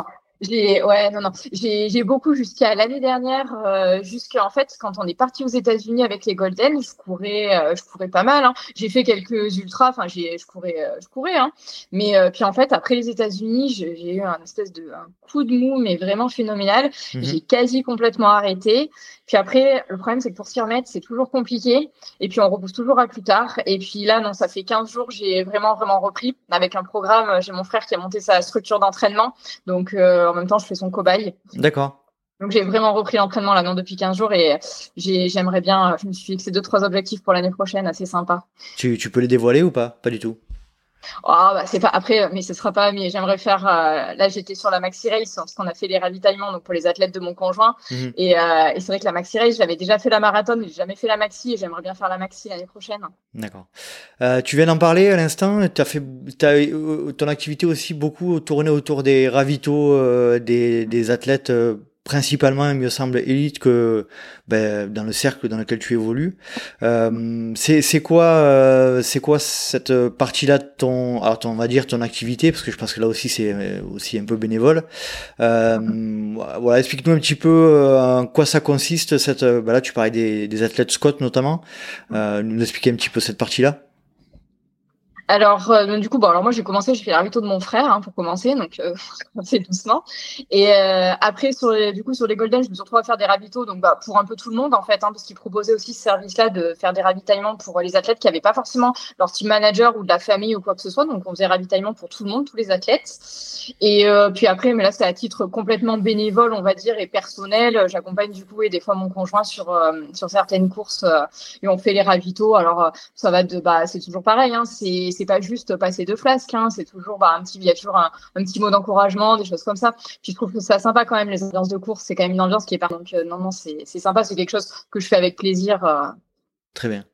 J'ai beaucoup jusqu'à l'année dernière, en fait, quand on est parti aux États-Unis avec les Golden, je courais pas mal. Hein. J'ai fait quelques ultras, enfin, je courais. Hein. Mais puis en fait, après les États-Unis, j'ai eu un coup de mou, mais vraiment phénoménal. J'ai quasi complètement arrêté. Puis après, le problème, c'est que pour s'y remettre, c'est toujours compliqué. Et puis on repousse toujours à plus tard. Et puis là, non, ça fait 15 jours, j'ai vraiment repris avec un programme. J'ai mon frère qui a monté sa structure d'entraînement. Donc, en même temps, je fais son cobaye. D'accord. Donc, j'ai vraiment repris l'entraînement là, non, depuis 15 jours et j'aimerais bien, je me suis fixé 2-3 objectifs pour l'année prochaine, assez sympa. Tu peux les dévoiler ou pas? Pas du tout. C'est pas après, mais ce sera pas. Mais j'aimerais faire. Là, j'étais sur la Maxi Race parce qu'on a fait les ravitaillements donc pour les athlètes de mon conjoint. Et c'est vrai que la Maxi Race, j'avais déjà fait la marathon, mais j'ai jamais fait la Maxi et j'aimerais bien faire la Maxi l'année prochaine. D'accord. Tu viens d'en parler à l'instant. Ton activité aussi beaucoup tourné autour des ravitaux des athlètes. Principalement, il me semble, élite que dans le cercle dans lequel tu évolues. C'est quoi cette partie-là de on va dire ton activité, parce que je pense que là aussi c'est aussi un peu bénévole. Voilà, explique-nous un petit peu en quoi ça consiste. Là, tu parlais des athlètes Scott notamment. Nous expliquer un petit peu cette partie-là. Alors, du coup, alors moi, j'ai fait les ravitaux de mon frère, pour commencer, donc c'est doucement. Et après, sur les Golden, je me suis retrouvée à faire des ravitaux, donc pour un peu tout le monde, en fait, parce qu'ils proposaient aussi ce service-là de faire des ravitaillements pour les athlètes qui n'avaient pas forcément leur team manager ou de la famille ou quoi que ce soit. Donc, on faisait ravitaillement pour tout le monde, tous les athlètes. Et puis après, mais là, c'est à titre complètement bénévole, on va dire, et personnel. J'accompagne du coup et des fois mon conjoint sur certaines courses et on fait les ravitaux. Alors, ça va c'est toujours pareil, c'est pas juste passer 2 flasques, c'est toujours il y a toujours un petit mot d'encouragement, des choses comme ça. Puis je trouve que c'est sympa quand même, les ambiances de course, c'est quand même une ambiance qui est pas donc non c'est sympa, c'est quelque chose que je fais avec plaisir. Très bien.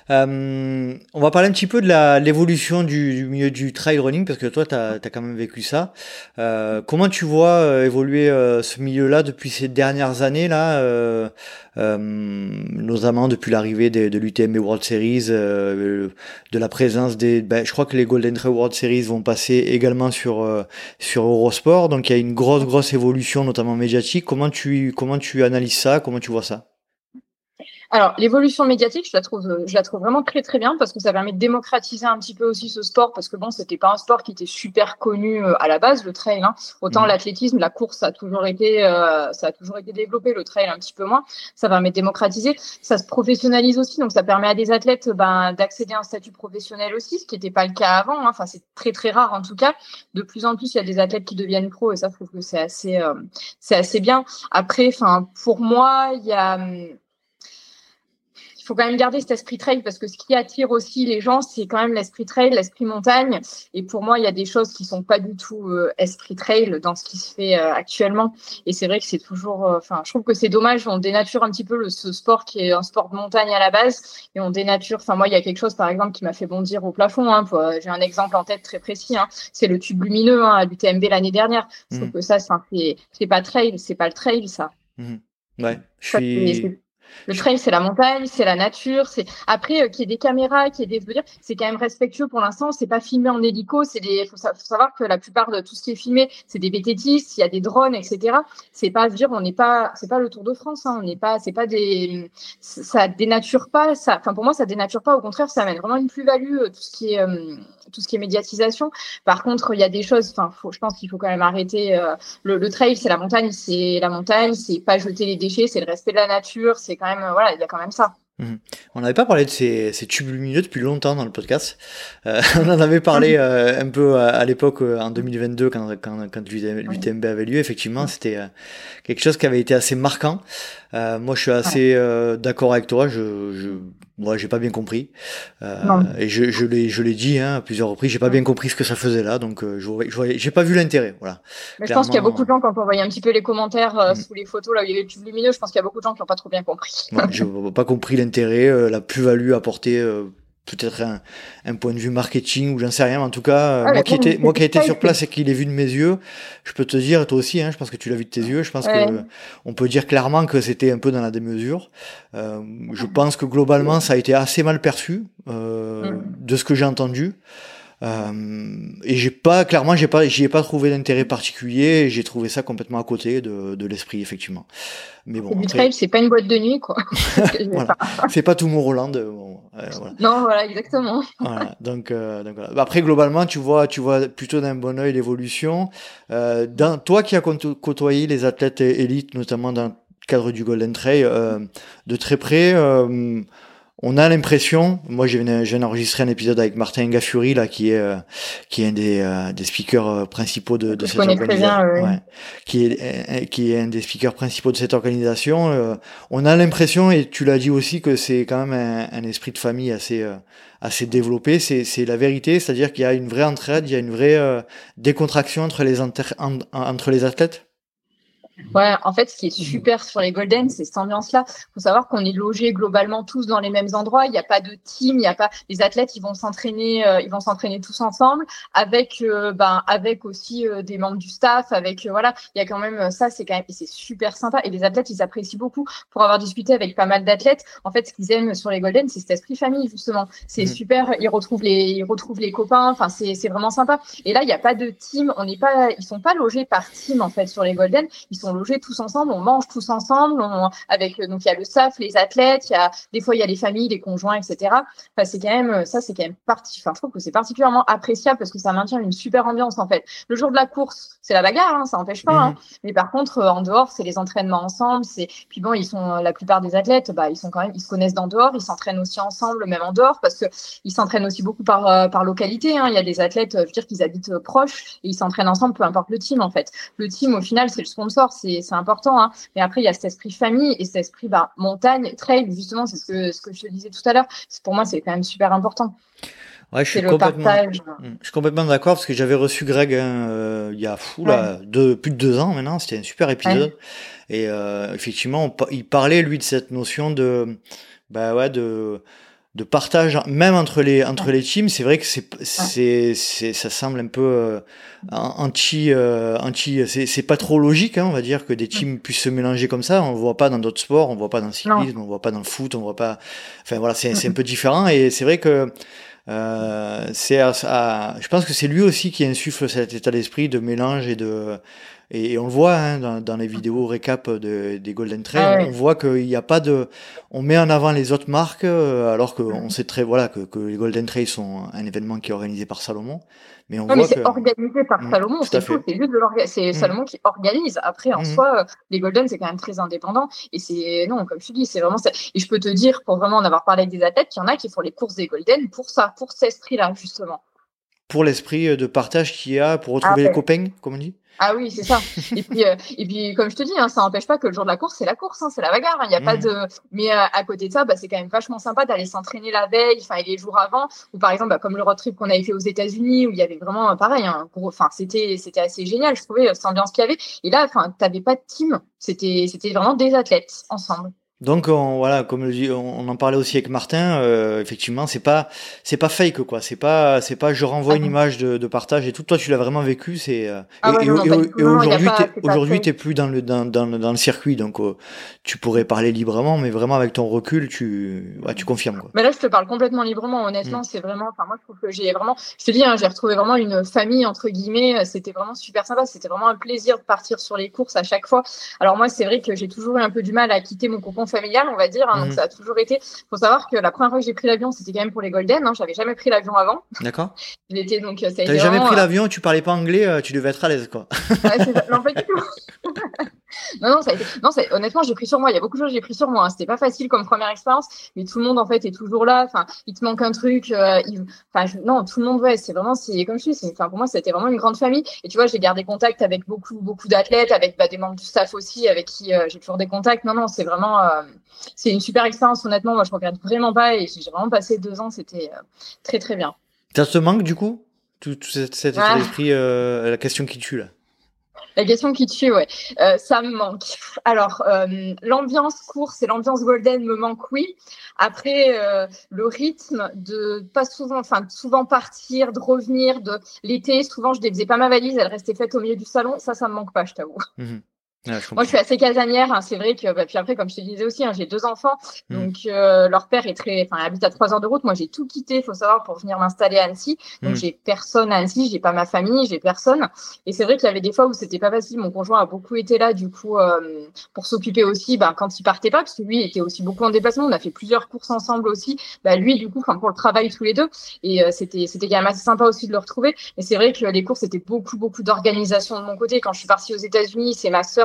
On va parler un petit peu de l'évolution du milieu du trail running, parce que toi, tu as quand même vécu ça. Comment tu vois évoluer ce milieu-là depuis ces dernières années, là, notamment depuis l'arrivée de l'UTMB World Series, de la présence je crois que les Golden Trail World Series vont passer également sur Eurosport, donc il y a une grosse évolution, notamment médiatique. Comment tu analyses ça? Comment tu vois ça? Alors, l'évolution médiatique, je la trouve vraiment très très bien parce que ça permet de démocratiser un petit peu aussi ce sport, parce que c'était pas un sport qui était super connu à la base, le trail. Autant l'athlétisme, la course, ça a toujours été développé, le trail un petit peu moins. Ça permet de démocratiser, ça se professionnalise aussi, donc ça permet à des athlètes d'accéder à un statut professionnel aussi, ce qui n'était pas le cas avant. Enfin, c'est très très rare en tout cas. De plus en plus, il y a des athlètes qui deviennent pros et ça, je trouve que c'est assez bien. Après, pour moi, il faut quand même garder cet esprit trail parce que ce qui attire aussi les gens, c'est quand même l'esprit trail, l'esprit montagne. Et pour moi, il y a des choses qui sont pas du tout esprit trail dans ce qui se fait actuellement. Et c'est vrai que c'est toujours, je trouve que c'est dommage. On dénature un petit peu ce sport qui est un sport de montagne à la base, et on dénature. Moi, il y a quelque chose, par exemple, qui m'a fait bondir au plafond. J'ai un exemple en tête très précis. C'est le tube lumineux à l'UTMB l'année dernière. Je trouve que ça, c'est pas trail, c'est pas le trail, ça. Ouais, je suis. Le trail, c'est la montagne, c'est la nature. Après qu'il y ait des caméras, c'est quand même respectueux pour l'instant. C'est pas filmé en hélico. Faut savoir que la plupart de tout ce qui est filmé, c'est des VTT, il y a des drones, etc. C'est pas c'est pas le Tour de France. Ça dénature pas. Pour moi, ça dénature pas. Au contraire, ça amène vraiment une plus-value tout ce qui est médiatisation. Par contre, il y a des choses. Je pense qu'il faut quand même arrêter. Le trail, c'est la montagne, c'est pas jeter les déchets, c'est le respect de la nature, c'est quand même, il y a quand même ça. On n'avait pas parlé de ces tubes lumineux depuis longtemps dans le podcast. On en avait parlé un peu à l'époque, en 2022, quand l'UTMB avait lieu. Effectivement, c'était quelque chose qui avait été assez marquant. Moi, je suis assez d'accord avec toi. Moi, j'ai pas bien compris. Et je l'ai dit à plusieurs reprises. J'ai pas bien compris ce que ça faisait là. Donc, j'ai pas vu l'intérêt. Voilà. Mais je pense qu'il y a beaucoup de gens, quand on voyait un petit peu les commentaires sous les photos là où il y avait le tube lumineux, je pense qu'il y a beaucoup de gens qui n'ont pas trop bien compris. Je n'ai pas compris l'intérêt, la plus-value apportée, peut-être un point de vue marketing ou j'en sais rien. Mais en tout cas, moi qui ai été sur place et qui l'ai vu de mes yeux, je peux te dire, toi aussi, je pense que tu l'as vu de tes yeux. Je pense que on peut dire clairement que c'était un peu dans la démesure. Je pense que globalement, ça a été assez mal perçu de ce que j'ai entendu. Et j'y ai pas trouvé d'intérêt particulier, et j'ai trouvé ça complètement à côté de l'esprit, effectivement. Mais bon. Du trail, c'est pas une boîte de nuit, quoi. Voilà. C'est pas tout Tomorrowland. Voilà. Non, voilà, exactement. Voilà. Donc voilà. Après, globalement, tu vois plutôt d'un bon œil l'évolution. Toi qui as côtoyé les athlètes élites, notamment dans le cadre du Golden Trail, de très près, On a l'impression, moi je viens d'enregistrer un épisode avec Martin Gaffuri là qui est un des speakers principaux de cette organisation, ouais, qui est un des speakers principaux de cette organisation. On a l'impression, et tu l'as dit aussi, que c'est quand même un esprit de famille assez développé. C'est la vérité, c'est-à-dire qu'il y a une vraie entraide, il y a une vraie décontraction entre les athlètes. Ouais, en fait, ce qui est super sur les Golden, c'est cette ambiance-là. Il faut savoir qu'on est logés globalement tous dans les mêmes endroits. Il n'y a pas de team, il y a pas les athlètes, ils vont s'entraîner tous ensemble avec avec aussi des membres du staff, avec voilà, il y a quand même ça, c'est super sympa et les athlètes, ils apprécient beaucoup. Pour avoir discuté avec pas mal d'athlètes, en fait, ce qu'ils aiment sur les Golden, c'est cet esprit famille justement. C'est super, ils retrouvent les copains, enfin c'est vraiment sympa. Et là, il n'y a pas de team, ils sont pas logés par team en fait sur les Golden, ils sont logés tous ensemble, on mange tous ensemble, donc il y a le staff, les athlètes, des fois il y a les familles, les conjoints, etc. Enfin, c'est quand même je trouve que c'est particulièrement appréciable parce que ça maintient une super ambiance en fait. Le jour de la course, c'est la bagarre, hein, ça n'empêche pas, hein. Mais par contre en dehors, c'est les entraînements ensemble, puis bon, la plupart des athlètes, ils se connaissent d'en dehors, ils s'entraînent aussi ensemble, même en dehors, parce que ils s'entraînent aussi beaucoup par localité, hein. Il y a des athlètes, je veux dire, qu'ils habitent proches et ils s'entraînent ensemble, peu importe le team en fait. Le team au final, c'est le sponsor, c'est important, hein. Mais après il y a cet esprit famille et cet esprit montagne, trail, justement, c'est ce que je te disais tout à l'heure. Pour moi, c'est quand même super important. Ouais, je suis complètement d'accord parce que j'avais reçu Greg il y a plus de 2 ans maintenant. C'était un super épisode et effectivement, il parlait lui de cette notion de partage même entre les teams. C'est vrai que ça semble un peu c'est pas trop logique, hein, on va dire, que des teams puissent se mélanger comme ça. On le voit pas dans d'autres sports, on le voit pas dans le cyclisme, on le voit pas dans le foot, on voit pas, enfin voilà, c'est un peu différent et c'est vrai que je pense que c'est lui aussi qui insuffle cet état d'esprit de mélange et on le voit, hein, dans les vidéos récap des Golden Trail, on voit qu'il n'y a pas on met en avant les autres marques alors qu'on sait que les Golden Trail sont un événement qui est organisé par Salomon, mais c'est organisé par Salomon, c'est tout, c'est Salomon qui organise. Après en soi, les Golden c'est quand même très indépendant et comme je te dis, c'est vraiment ça. Et je peux te dire, pour vraiment en avoir parlé avec des athlètes, qu'il y en a qui font les courses des Golden pour cet esprit-là justement. Pour l'esprit de partage qu'il y a, pour retrouver les copains, comme on dit. Ah oui, c'est ça. Et puis, comme je te dis, hein, ça n'empêche pas que le jour de la course, c'est la course, hein, c'est la bagarre. Il y a pas de. Mais à côté de ça, c'est quand même vachement sympa d'aller s'entraîner la veille, et les jours avant. Ou par exemple, comme le road trip qu'on avait fait aux États-Unis, où il y avait vraiment pareil. C'était assez génial. Je trouvais cette ambiance qu'il y avait. Et là, t'avais pas de team. C'était vraiment des athlètes ensemble. Donc comme je dis, on en parlait aussi avec Martin. Effectivement, c'est pas fake quoi. C'est pas je renvoie une image de partage et tout. Toi, tu l'as vraiment vécu. Aujourd'hui, t'es plus dans le circuit, donc tu pourrais parler librement, mais vraiment avec ton recul, tu confirmes quoi. Mais là, je te parle complètement librement. Honnêtement, c'est vraiment. Moi, je trouve que j'ai vraiment. Je te dis, hein, j'ai retrouvé vraiment une famille entre guillemets. C'était vraiment super sympa. C'était vraiment un plaisir de partir sur les courses à chaque fois. Alors moi, c'est vrai que j'ai toujours eu un peu du mal à quitter mon cocon familial, on va dire, hein, donc ça a toujours été. Faut savoir que la première fois que j'ai pris l'avion, c'était quand même pour les Golden, hein, j'avais jamais pris l'avion avant. D'accord. T'avais jamais pris l'avion, tu parlais pas anglais, tu devais être à l'aise quoi. Non, pas du tout. Honnêtement, j'ai pris sur moi. Il y a beaucoup de choses que j'ai pris sur moi, hein. C'était pas facile comme première expérience, mais tout le monde en fait est toujours là. Enfin, il te manque un truc. Tout le monde, c'est vraiment, comme je dis, pour moi, c'était vraiment une grande famille. Et tu vois, j'ai gardé contact avec beaucoup d'athlètes, avec des membres du staff aussi, avec qui j'ai toujours des contacts. Non, c'est vraiment, c'est une super expérience. Honnêtement, moi, je regrette vraiment pas et j'ai vraiment passé 2 ans. C'était très très bien. Ça te manque du coup, tout cet état d'esprit, la question qui tue là. La question qui tue, ouais. Ça me manque. Alors, l'ambiance course et l'ambiance Golden me manque, oui. Après, le rythme de pas souvent partir, de revenir, de l'été, souvent je défaisais pas ma valise, elle restait faite au milieu du salon. Ça me manque pas, je t'avoue. Ouais, moi, je suis assez casanière, hein. C'est vrai que, puis après, comme je te disais aussi, hein, j'ai 2 enfants, donc leur père habite à 3 heures de route. Moi, j'ai tout quitté, faut savoir, pour venir m'installer à Annecy. Donc, j'ai personne à Annecy, j'ai pas ma famille, j'ai personne. Et c'est vrai qu'il y avait des fois où c'était pas facile. Mon conjoint a beaucoup été là, du coup, pour s'occuper aussi, quand il partait pas, parce que lui était aussi beaucoup en déplacement. On a fait plusieurs courses ensemble aussi. Lui, du coup, pour le travail tous les deux. Et c'était quand même assez sympa aussi de le retrouver. Mais c'est vrai que les courses, c'était beaucoup d'organisation de mon côté. Quand je suis partie aux États-Unis, c'est ma sœur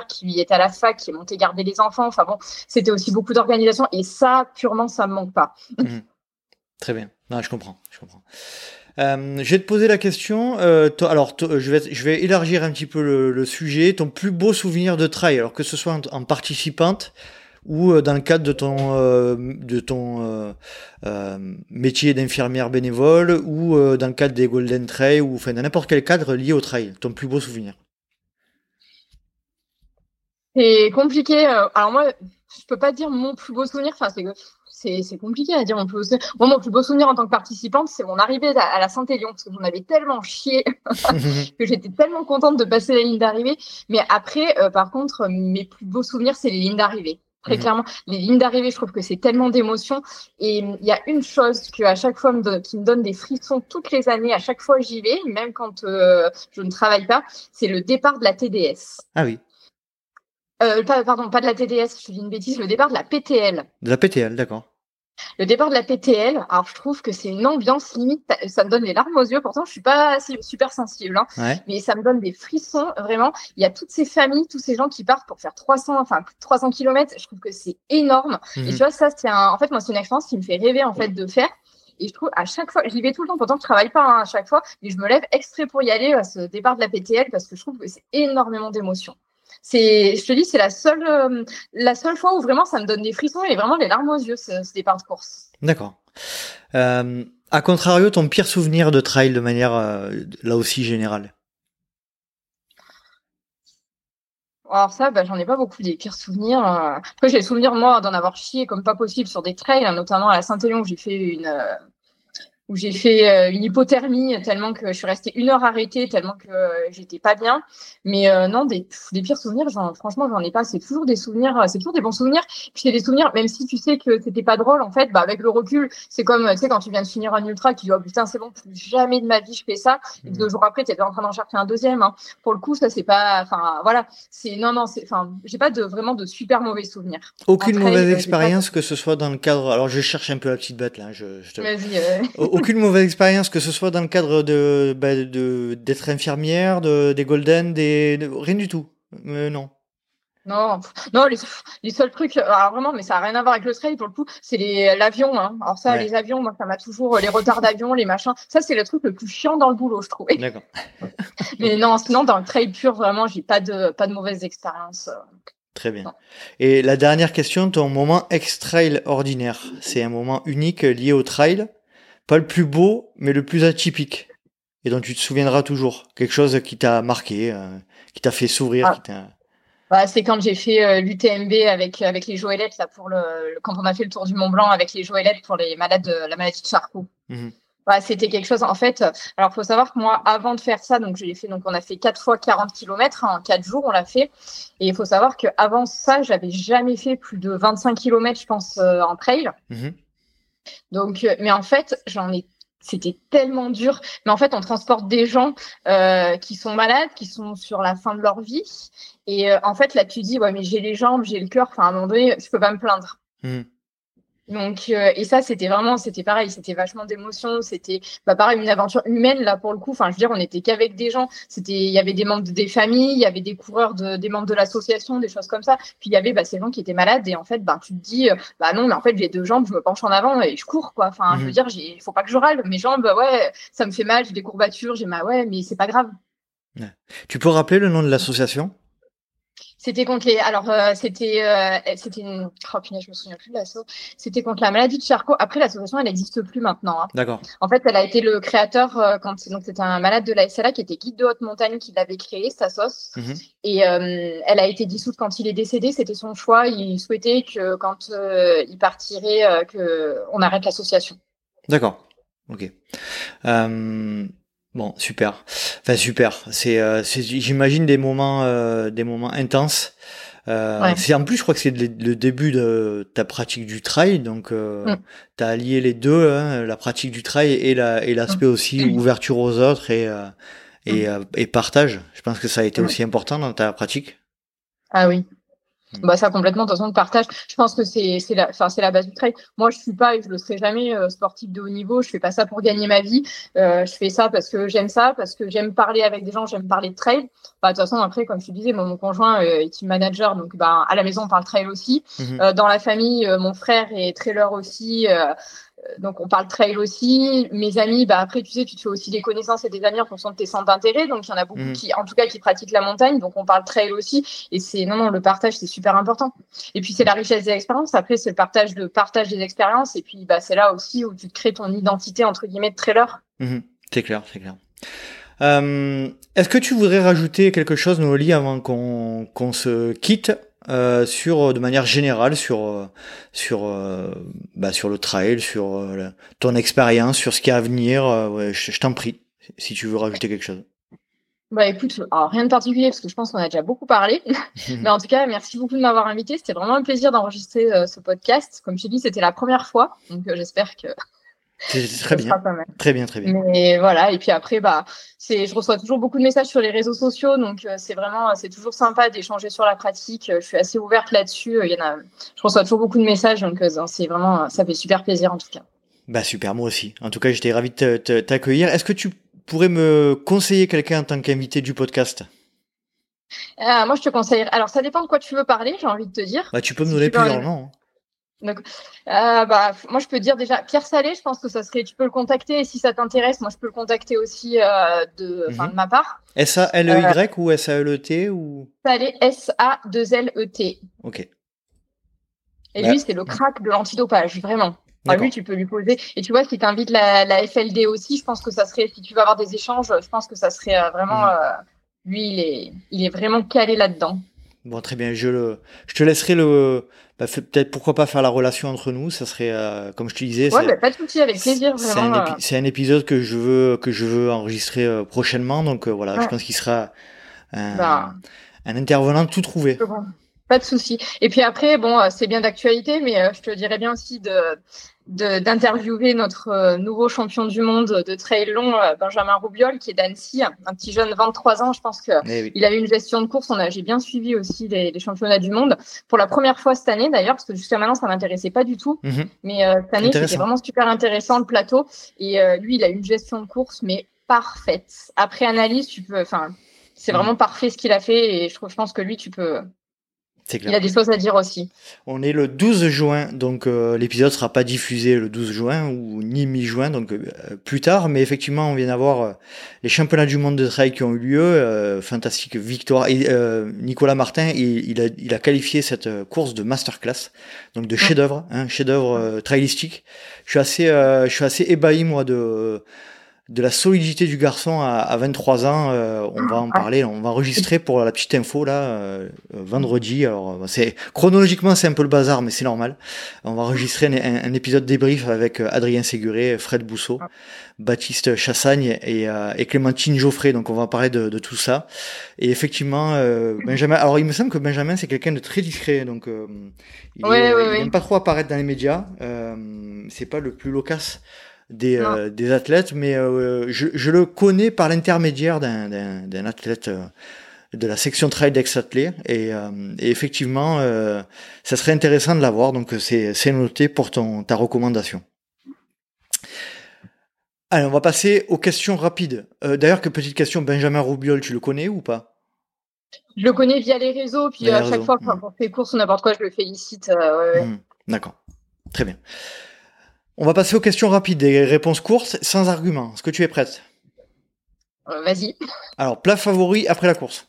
sœur qui était à la fac, qui est montée garder les enfants. Enfin bon, c'était aussi beaucoup d'organisation. Et ça, purement, ça me manque pas. Très bien. Non, je comprends. Je vais te poser la question. Je vais élargir un petit peu le sujet. Ton plus beau souvenir de trail, alors que ce soit en participante ou dans le cadre de ton métier d'infirmière bénévole ou dans le cadre des Golden Trail ou enfin dans n'importe quel cadre lié au trail. Ton plus beau souvenir. C'est compliqué. Alors moi, je peux pas dire mon plus beau souvenir. Enfin, c'est compliqué à dire mon plus beau souvenir. Moi, mon plus beau souvenir en tant que participante, c'est mon arrivée à la Saint-Élion, parce que j'en avais tellement chié que j'étais tellement contente de passer la ligne d'arrivée. Mais après, par contre, mes plus beaux souvenirs, c'est les lignes d'arrivée. Très clairement, les lignes d'arrivée, je trouve que c'est tellement d'émotions. Et il y a une chose que à chaque fois qui me donne des frissons toutes les années, à chaque fois j'y vais, même quand je ne travaille pas, c'est le départ de la TDS. Ah oui. Pardon, pas de la TDS, je dis une bêtise, le départ de la PTL. De la PTL, d'accord. Le départ de la PTL, alors je trouve que c'est une ambiance limite, ça me donne les larmes aux yeux, pourtant je suis pas super sensible, hein, mais ça me donne des frissons, vraiment. Il y a toutes ces familles, tous ces gens qui partent pour faire 300 km, je trouve que c'est énorme. Et tu vois, ça, en fait, moi, c'est une expérience qui me fait rêver, en fait, de faire. Et je trouve, à chaque fois, j'y vais tout le temps, pourtant je travaille pas à chaque fois, mais je me lève exprès pour y aller à ce départ de la PTL parce que je trouve que c'est énormément d'émotions. Je te dis, c'est la seule fois où vraiment ça me donne des frissons et vraiment les larmes aux yeux, ce départ de course. D'accord. A contrario, ton pire souvenir de trail de manière là aussi générale? Alors ça, j'en ai pas beaucoup des pires souvenirs. Après, j'ai le souvenir, moi, d'en avoir chié comme pas possible sur des trails, notamment à la Saint-Élion où j'ai fait une hypothermie tellement que je suis restée 1 heure arrêtée, tellement que j'étais pas bien. Mais non, des pires souvenirs, franchement, j'en ai pas. C'est toujours des souvenirs, c'est toujours des bons souvenirs. Puis c'est des souvenirs, même si tu sais que c'était pas drôle, en fait, avec le recul, c'est comme, tu sais, quand tu viens de finir un ultra, tu dis, oh putain, c'est bon, plus jamais de ma vie je fais ça. Et 2 jours après, tu es en train d'en chercher un deuxième. Hein. Pour le coup, ça, c'est pas, enfin, voilà. J'ai pas vraiment de super mauvais souvenirs. Aucune mauvaise expérience, que ce soit dans le cadre, alors je cherche un peu la petite bête là, Vas-y. Aucune mauvaise expérience, que ce soit dans le cadre d'être infirmière, des Golden, rien du tout. Non. Non, les seuls trucs, alors vraiment, mais ça n'a rien à voir avec le trail pour le coup, c'est l'avion. Hein. Alors ça, les avions, moi, ça m'a toujours, les retards d'avion, les machins, ça c'est le truc le plus chiant dans le boulot, je trouve. D'accord. Mais non, sinon dans le trail pur, vraiment, j'ai pas de mauvaise expérience. Très bien. Non. Et la dernière question, ton moment extraordinaire, c'est un moment unique lié au trail, pas le plus beau, mais le plus atypique, et dont tu te souviendras toujours. Quelque chose qui t'a marqué, qui t'a fait sourire, c'est quand j'ai fait l'UTMB avec les Joëlettes là quand on a fait le tour du Mont Blanc avec les Joëlettes pour les malades de la maladie de Charcot. C'était quelque chose. En fait, alors faut savoir que moi, avant de faire ça, donc on a fait 4 fois 40 km en 4 jours, on l'a fait. Et il faut savoir que avant ça, j'avais jamais fait plus de 25 km, je pense, en trail. Donc, mais en fait, c'était tellement dur. Mais en fait, on transporte des gens qui sont malades, qui sont sur la fin de leur vie. Et en fait, là, tu dis, ouais, mais j'ai les jambes, j'ai le cœur. Enfin, à un moment donné, je peux pas me plaindre. Donc, et ça, c'était pareil, c'était vachement d'émotion. C'était pareil, une aventure humaine, là, pour le coup. Enfin, je veux dire, on n'était qu'avec des gens. Il y avait des membres des familles, il y avait des coureurs, des membres de l'association, des choses comme ça. Puis il y avait ces gens qui étaient malades. Et en fait, tu te dis, non, mais en fait, j'ai 2 jambes, je me penche en avant et je cours, quoi. Enfin, je veux dire, il faut pas que je râle. Mes jambes, ouais, ça me fait mal, j'ai des courbatures, ouais, mais c'est pas grave. Ouais. Tu peux rappeler le nom de l'association ? C'était contre oh punaise, je me souviens plus de l'asso. C'était contre la maladie de Charcot. Après, l'association, elle n'existe plus maintenant. Hein. D'accord. En fait, elle a été le créateur donc c'était un malade de la SLA qui était guide de haute montagne qui l'avait créé, cette assos. Et elle a été dissoute quand il est décédé. C'était son choix. Il souhaitait que quand il partirait, que on arrête l'association. D'accord. Ok. Bon, super. Enfin, super. J'imagine des moments intenses. C'est en plus, je crois que c'est le début de ta pratique du trail, donc t'as allié les deux, hein, la pratique du trail et l'aspect aussi ouverture aux autres et partage. Je pense que ça a été aussi important dans ta pratique. Ah oui. Bah ça complètement, de toute façon, le partage, je pense que c'est la base du trail. Moi, je suis pas et je le serai jamais sportif de haut niveau. Je fais pas ça pour gagner ma vie. Je fais ça parce que j'aime ça, parce que j'aime parler avec des gens, j'aime parler de trail. Bah, de toute façon, après, comme je te disais, mon conjoint est team manager, donc bah, à la maison, on parle trail aussi. Dans la famille, mon frère est trailer aussi. Donc, on parle trail aussi. Mes amis, bah, après, tu sais, tu te fais aussi des connaissances et des amis en fonction de tes centres d'intérêt. Donc, il y en a beaucoup qui, en tout cas, qui pratiquent la montagne. Donc, on parle trail aussi. Et non, le partage, c'est super important. Et puis, c'est la richesse des expériences. Après, c'est le partage des expériences. Et puis, bah, c'est là aussi où tu te crées ton identité, entre guillemets, de trailer. C'est clair, c'est clair. Est-ce que tu voudrais rajouter quelque chose, Noélie, avant qu'on se quitte? De manière générale sur le trail, sur ton expérience, sur ce qui est à venir. Ouais, je t'en prie, si tu veux rajouter quelque chose. Bah écoute, alors rien de particulier parce que je pense qu'on a déjà beaucoup parlé. Mais en tout cas, merci beaucoup de m'avoir invité. C'était vraiment un plaisir d'enregistrer ce podcast. Comme je t'ai dit, c'était la première fois, donc j'espère que c'est très bien. Très bien, très bien. Mais voilà, et puis après, je reçois toujours beaucoup de messages sur les réseaux sociaux, donc c'est toujours sympa d'échanger sur la pratique. Je suis assez ouverte là-dessus. Je reçois toujours beaucoup de messages, donc c'est vraiment, ça fait super plaisir en tout cas. Bah super, moi aussi. En tout cas, j'étais ravi de t'accueillir. Est-ce que tu pourrais me conseiller quelqu'un en tant qu'invité du podcast? Moi, je te conseille. Alors, ça dépend de quoi tu veux parler, j'ai envie de te dire. Bah, tu peux me donner plusieurs noms. Donc, moi, je peux dire déjà Pierre Salé. Je pense que ça serait. Tu peux le contacter. Et si ça t'intéresse, moi, je peux le contacter aussi de ma part. S-A-L-E-Y ou S-A-L-E-T ou Salé, S-A-2-L-E-T. Ok. Et lui, c'est le crack de l'antidopage, vraiment. Enfin, lui, tu peux lui poser. Et tu vois, si tu invites la FLD aussi, je pense que ça serait. Si tu veux avoir des échanges, je pense que ça serait vraiment. Lui, il est vraiment calé là-dedans. Bon, très bien. Je te laisserai peut-être pourquoi pas faire la relation entre nous. Ça serait, comme je te disais. Ouais, pas de souci, avec plaisir. Vraiment. C'est un épisode que je veux enregistrer prochainement. Donc voilà, je pense qu'il sera un intervenant tout trouvé. Pas de souci. Et puis après, c'est bien d'actualité, mais je te dirais bien aussi d'interviewer notre nouveau champion du monde de trail long, Benjamin Roubiol, qui est d'Annecy, un petit jeune de 23 ans. Je pense que il a eu une gestion de course. J'ai bien suivi aussi les championnats du monde pour la première fois cette année d'ailleurs, parce que jusqu'à maintenant ça m'intéressait pas du tout. Mais cette année c'était vraiment super intéressant le plateau. Et lui, il a eu une gestion de course mais parfaite. Après analyse, c'est vraiment parfait ce qu'il a fait et je pense que lui, tu peux. Il a des choses à dire aussi. On est le 12 juin, donc l'épisode sera pas diffusé le 12 juin ou ni mi-juin, donc plus tard. Mais effectivement, on vient d'avoir les championnats du monde de trail qui ont eu lieu. Fantastique victoire. Et Nicolas Martin, il a qualifié cette course de masterclass, donc de chef-d'œuvre, chef-d'œuvre trailistique. Je suis assez ébahi moi de la solidité du garçon à 23 ans. On va en parler, on va enregistrer pour la petite info là vendredi. Alors chronologiquement c'est un peu le bazar, mais c'est normal. On va enregistrer un épisode débrief avec Adrien Séguré, Fred Bousseau, Baptiste Chassagne et Clémentine Geoffrey. Donc on va parler de tout ça. Et effectivement, Benjamin. Alors il me semble que Benjamin c'est quelqu'un de très discret, donc il n'aime pas trop apparaître dans les médias. C'est pas le plus loquace des athlètes, mais je le connais par l'intermédiaire d'un athlète de la section trail d'Aix-Athlée et effectivement ça serait intéressant de l'avoir, donc c'est noté pour ta recommandation. Allez, on va passer aux questions rapides. D'ailleurs, petite question, Benjamin Roubiol, tu le connais ou pas? Je le connais via les réseaux, puis à chaque fois qu'on fait course ou n'importe quoi, je le félicite. D'accord, très bien. On va passer aux questions rapides, des réponses courtes, sans argument. Est-ce que tu es prête? Vas-y. Alors, plat favori après la course?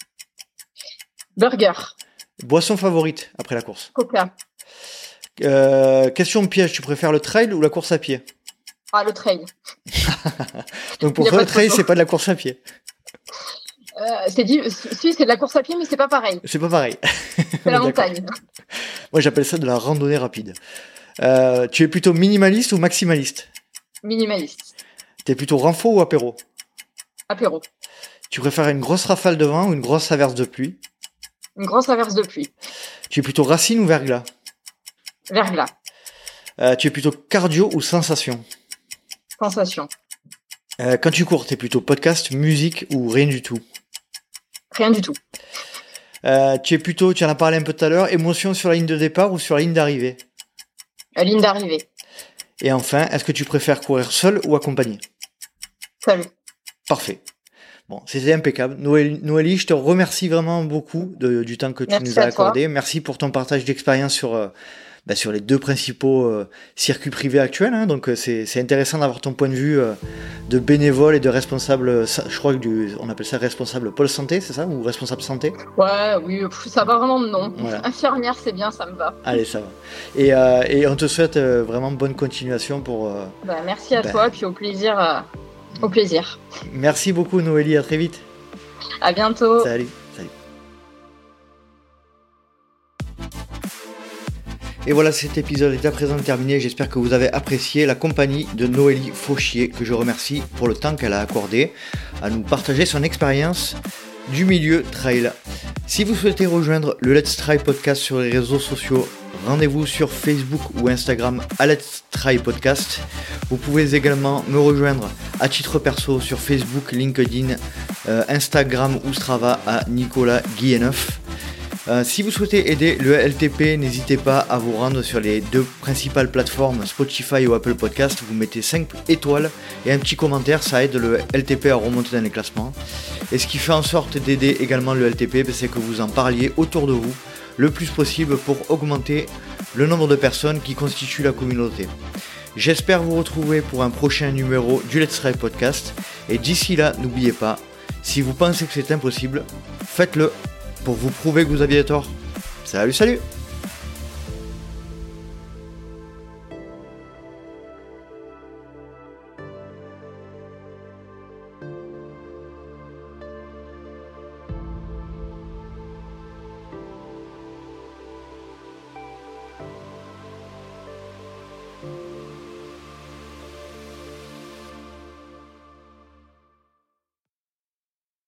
Burger. Boisson favorite après la course? Coca. Question piège, tu préfères le trail ou la course à pied? Le trail. Donc pour toi, le trail, c'est pas de la course à pied? Si, c'est de la course à pied, mais c'est pas pareil. C'est pas pareil. C'est la montagne. Moi, j'appelle ça de la randonnée rapide. Tu es plutôt minimaliste ou maximaliste? Minimaliste. T'es plutôt renfo ou apéro? Apéro. Tu préfères une grosse rafale de vent ou une grosse averse de pluie? Une grosse averse de pluie. Tu es plutôt racine ou verglas? Verglas. Tu es plutôt cardio ou sensation? Sensation. Quand tu cours, t'es plutôt podcast, musique ou rien du tout? Rien du tout. Tu en as parlé un peu tout à l'heure, émotion sur la ligne de départ ou sur la ligne d'arrivée? La ligne d'arrivée. Et enfin, est-ce que tu préfères courir seul ou accompagné? Seul. Parfait. Bon, c'était impeccable. Noélie, je te remercie vraiment beaucoup du temps que tu nous as accordé. Merci pour ton partage d'expérience sur les deux principaux circuits privés actuels. Hein. Donc c'est intéressant d'avoir ton point de vue de bénévole et de responsable, je crois on appelle ça responsable pôle santé, c'est ça? Ou responsable santé? Ouais, oui, ça va vraiment de nom. Voilà. Infirmière, c'est bien, ça me va. Allez, ça va. Et on te souhaite vraiment bonne continuation pour... merci à toi, puis au plaisir. Au plaisir. Merci beaucoup Noélie, à très vite. À bientôt. Salut. Et voilà, cet épisode est à présent terminé. J'espère que vous avez apprécié la compagnie de Noélie Fauchier, que je remercie pour le temps qu'elle a accordé à nous partager son expérience du milieu trail. Si vous souhaitez rejoindre le Let's Try Podcast sur les réseaux sociaux, rendez-vous sur Facebook ou Instagram à Let's Try Podcast. Vous pouvez également me rejoindre à titre perso sur Facebook, LinkedIn, Instagram ou Strava à Nicolas Guilleneuf. Si vous souhaitez aider le LTP, n'hésitez pas à vous rendre sur les deux principales plateformes Spotify ou Apple Podcast. Vous mettez 5 étoiles et un petit commentaire, ça aide le LTP à remonter dans les classements. Et ce qui fait en sorte d'aider également le LTP, c'est que vous en parliez autour de vous le plus possible pour augmenter le nombre de personnes qui constituent la communauté. J'espère vous retrouver pour un prochain numéro du Let's Try Podcast. Et d'ici là, n'oubliez pas, si vous pensez que c'est impossible, faites-le pour vous prouver que vous aviez tort. Salut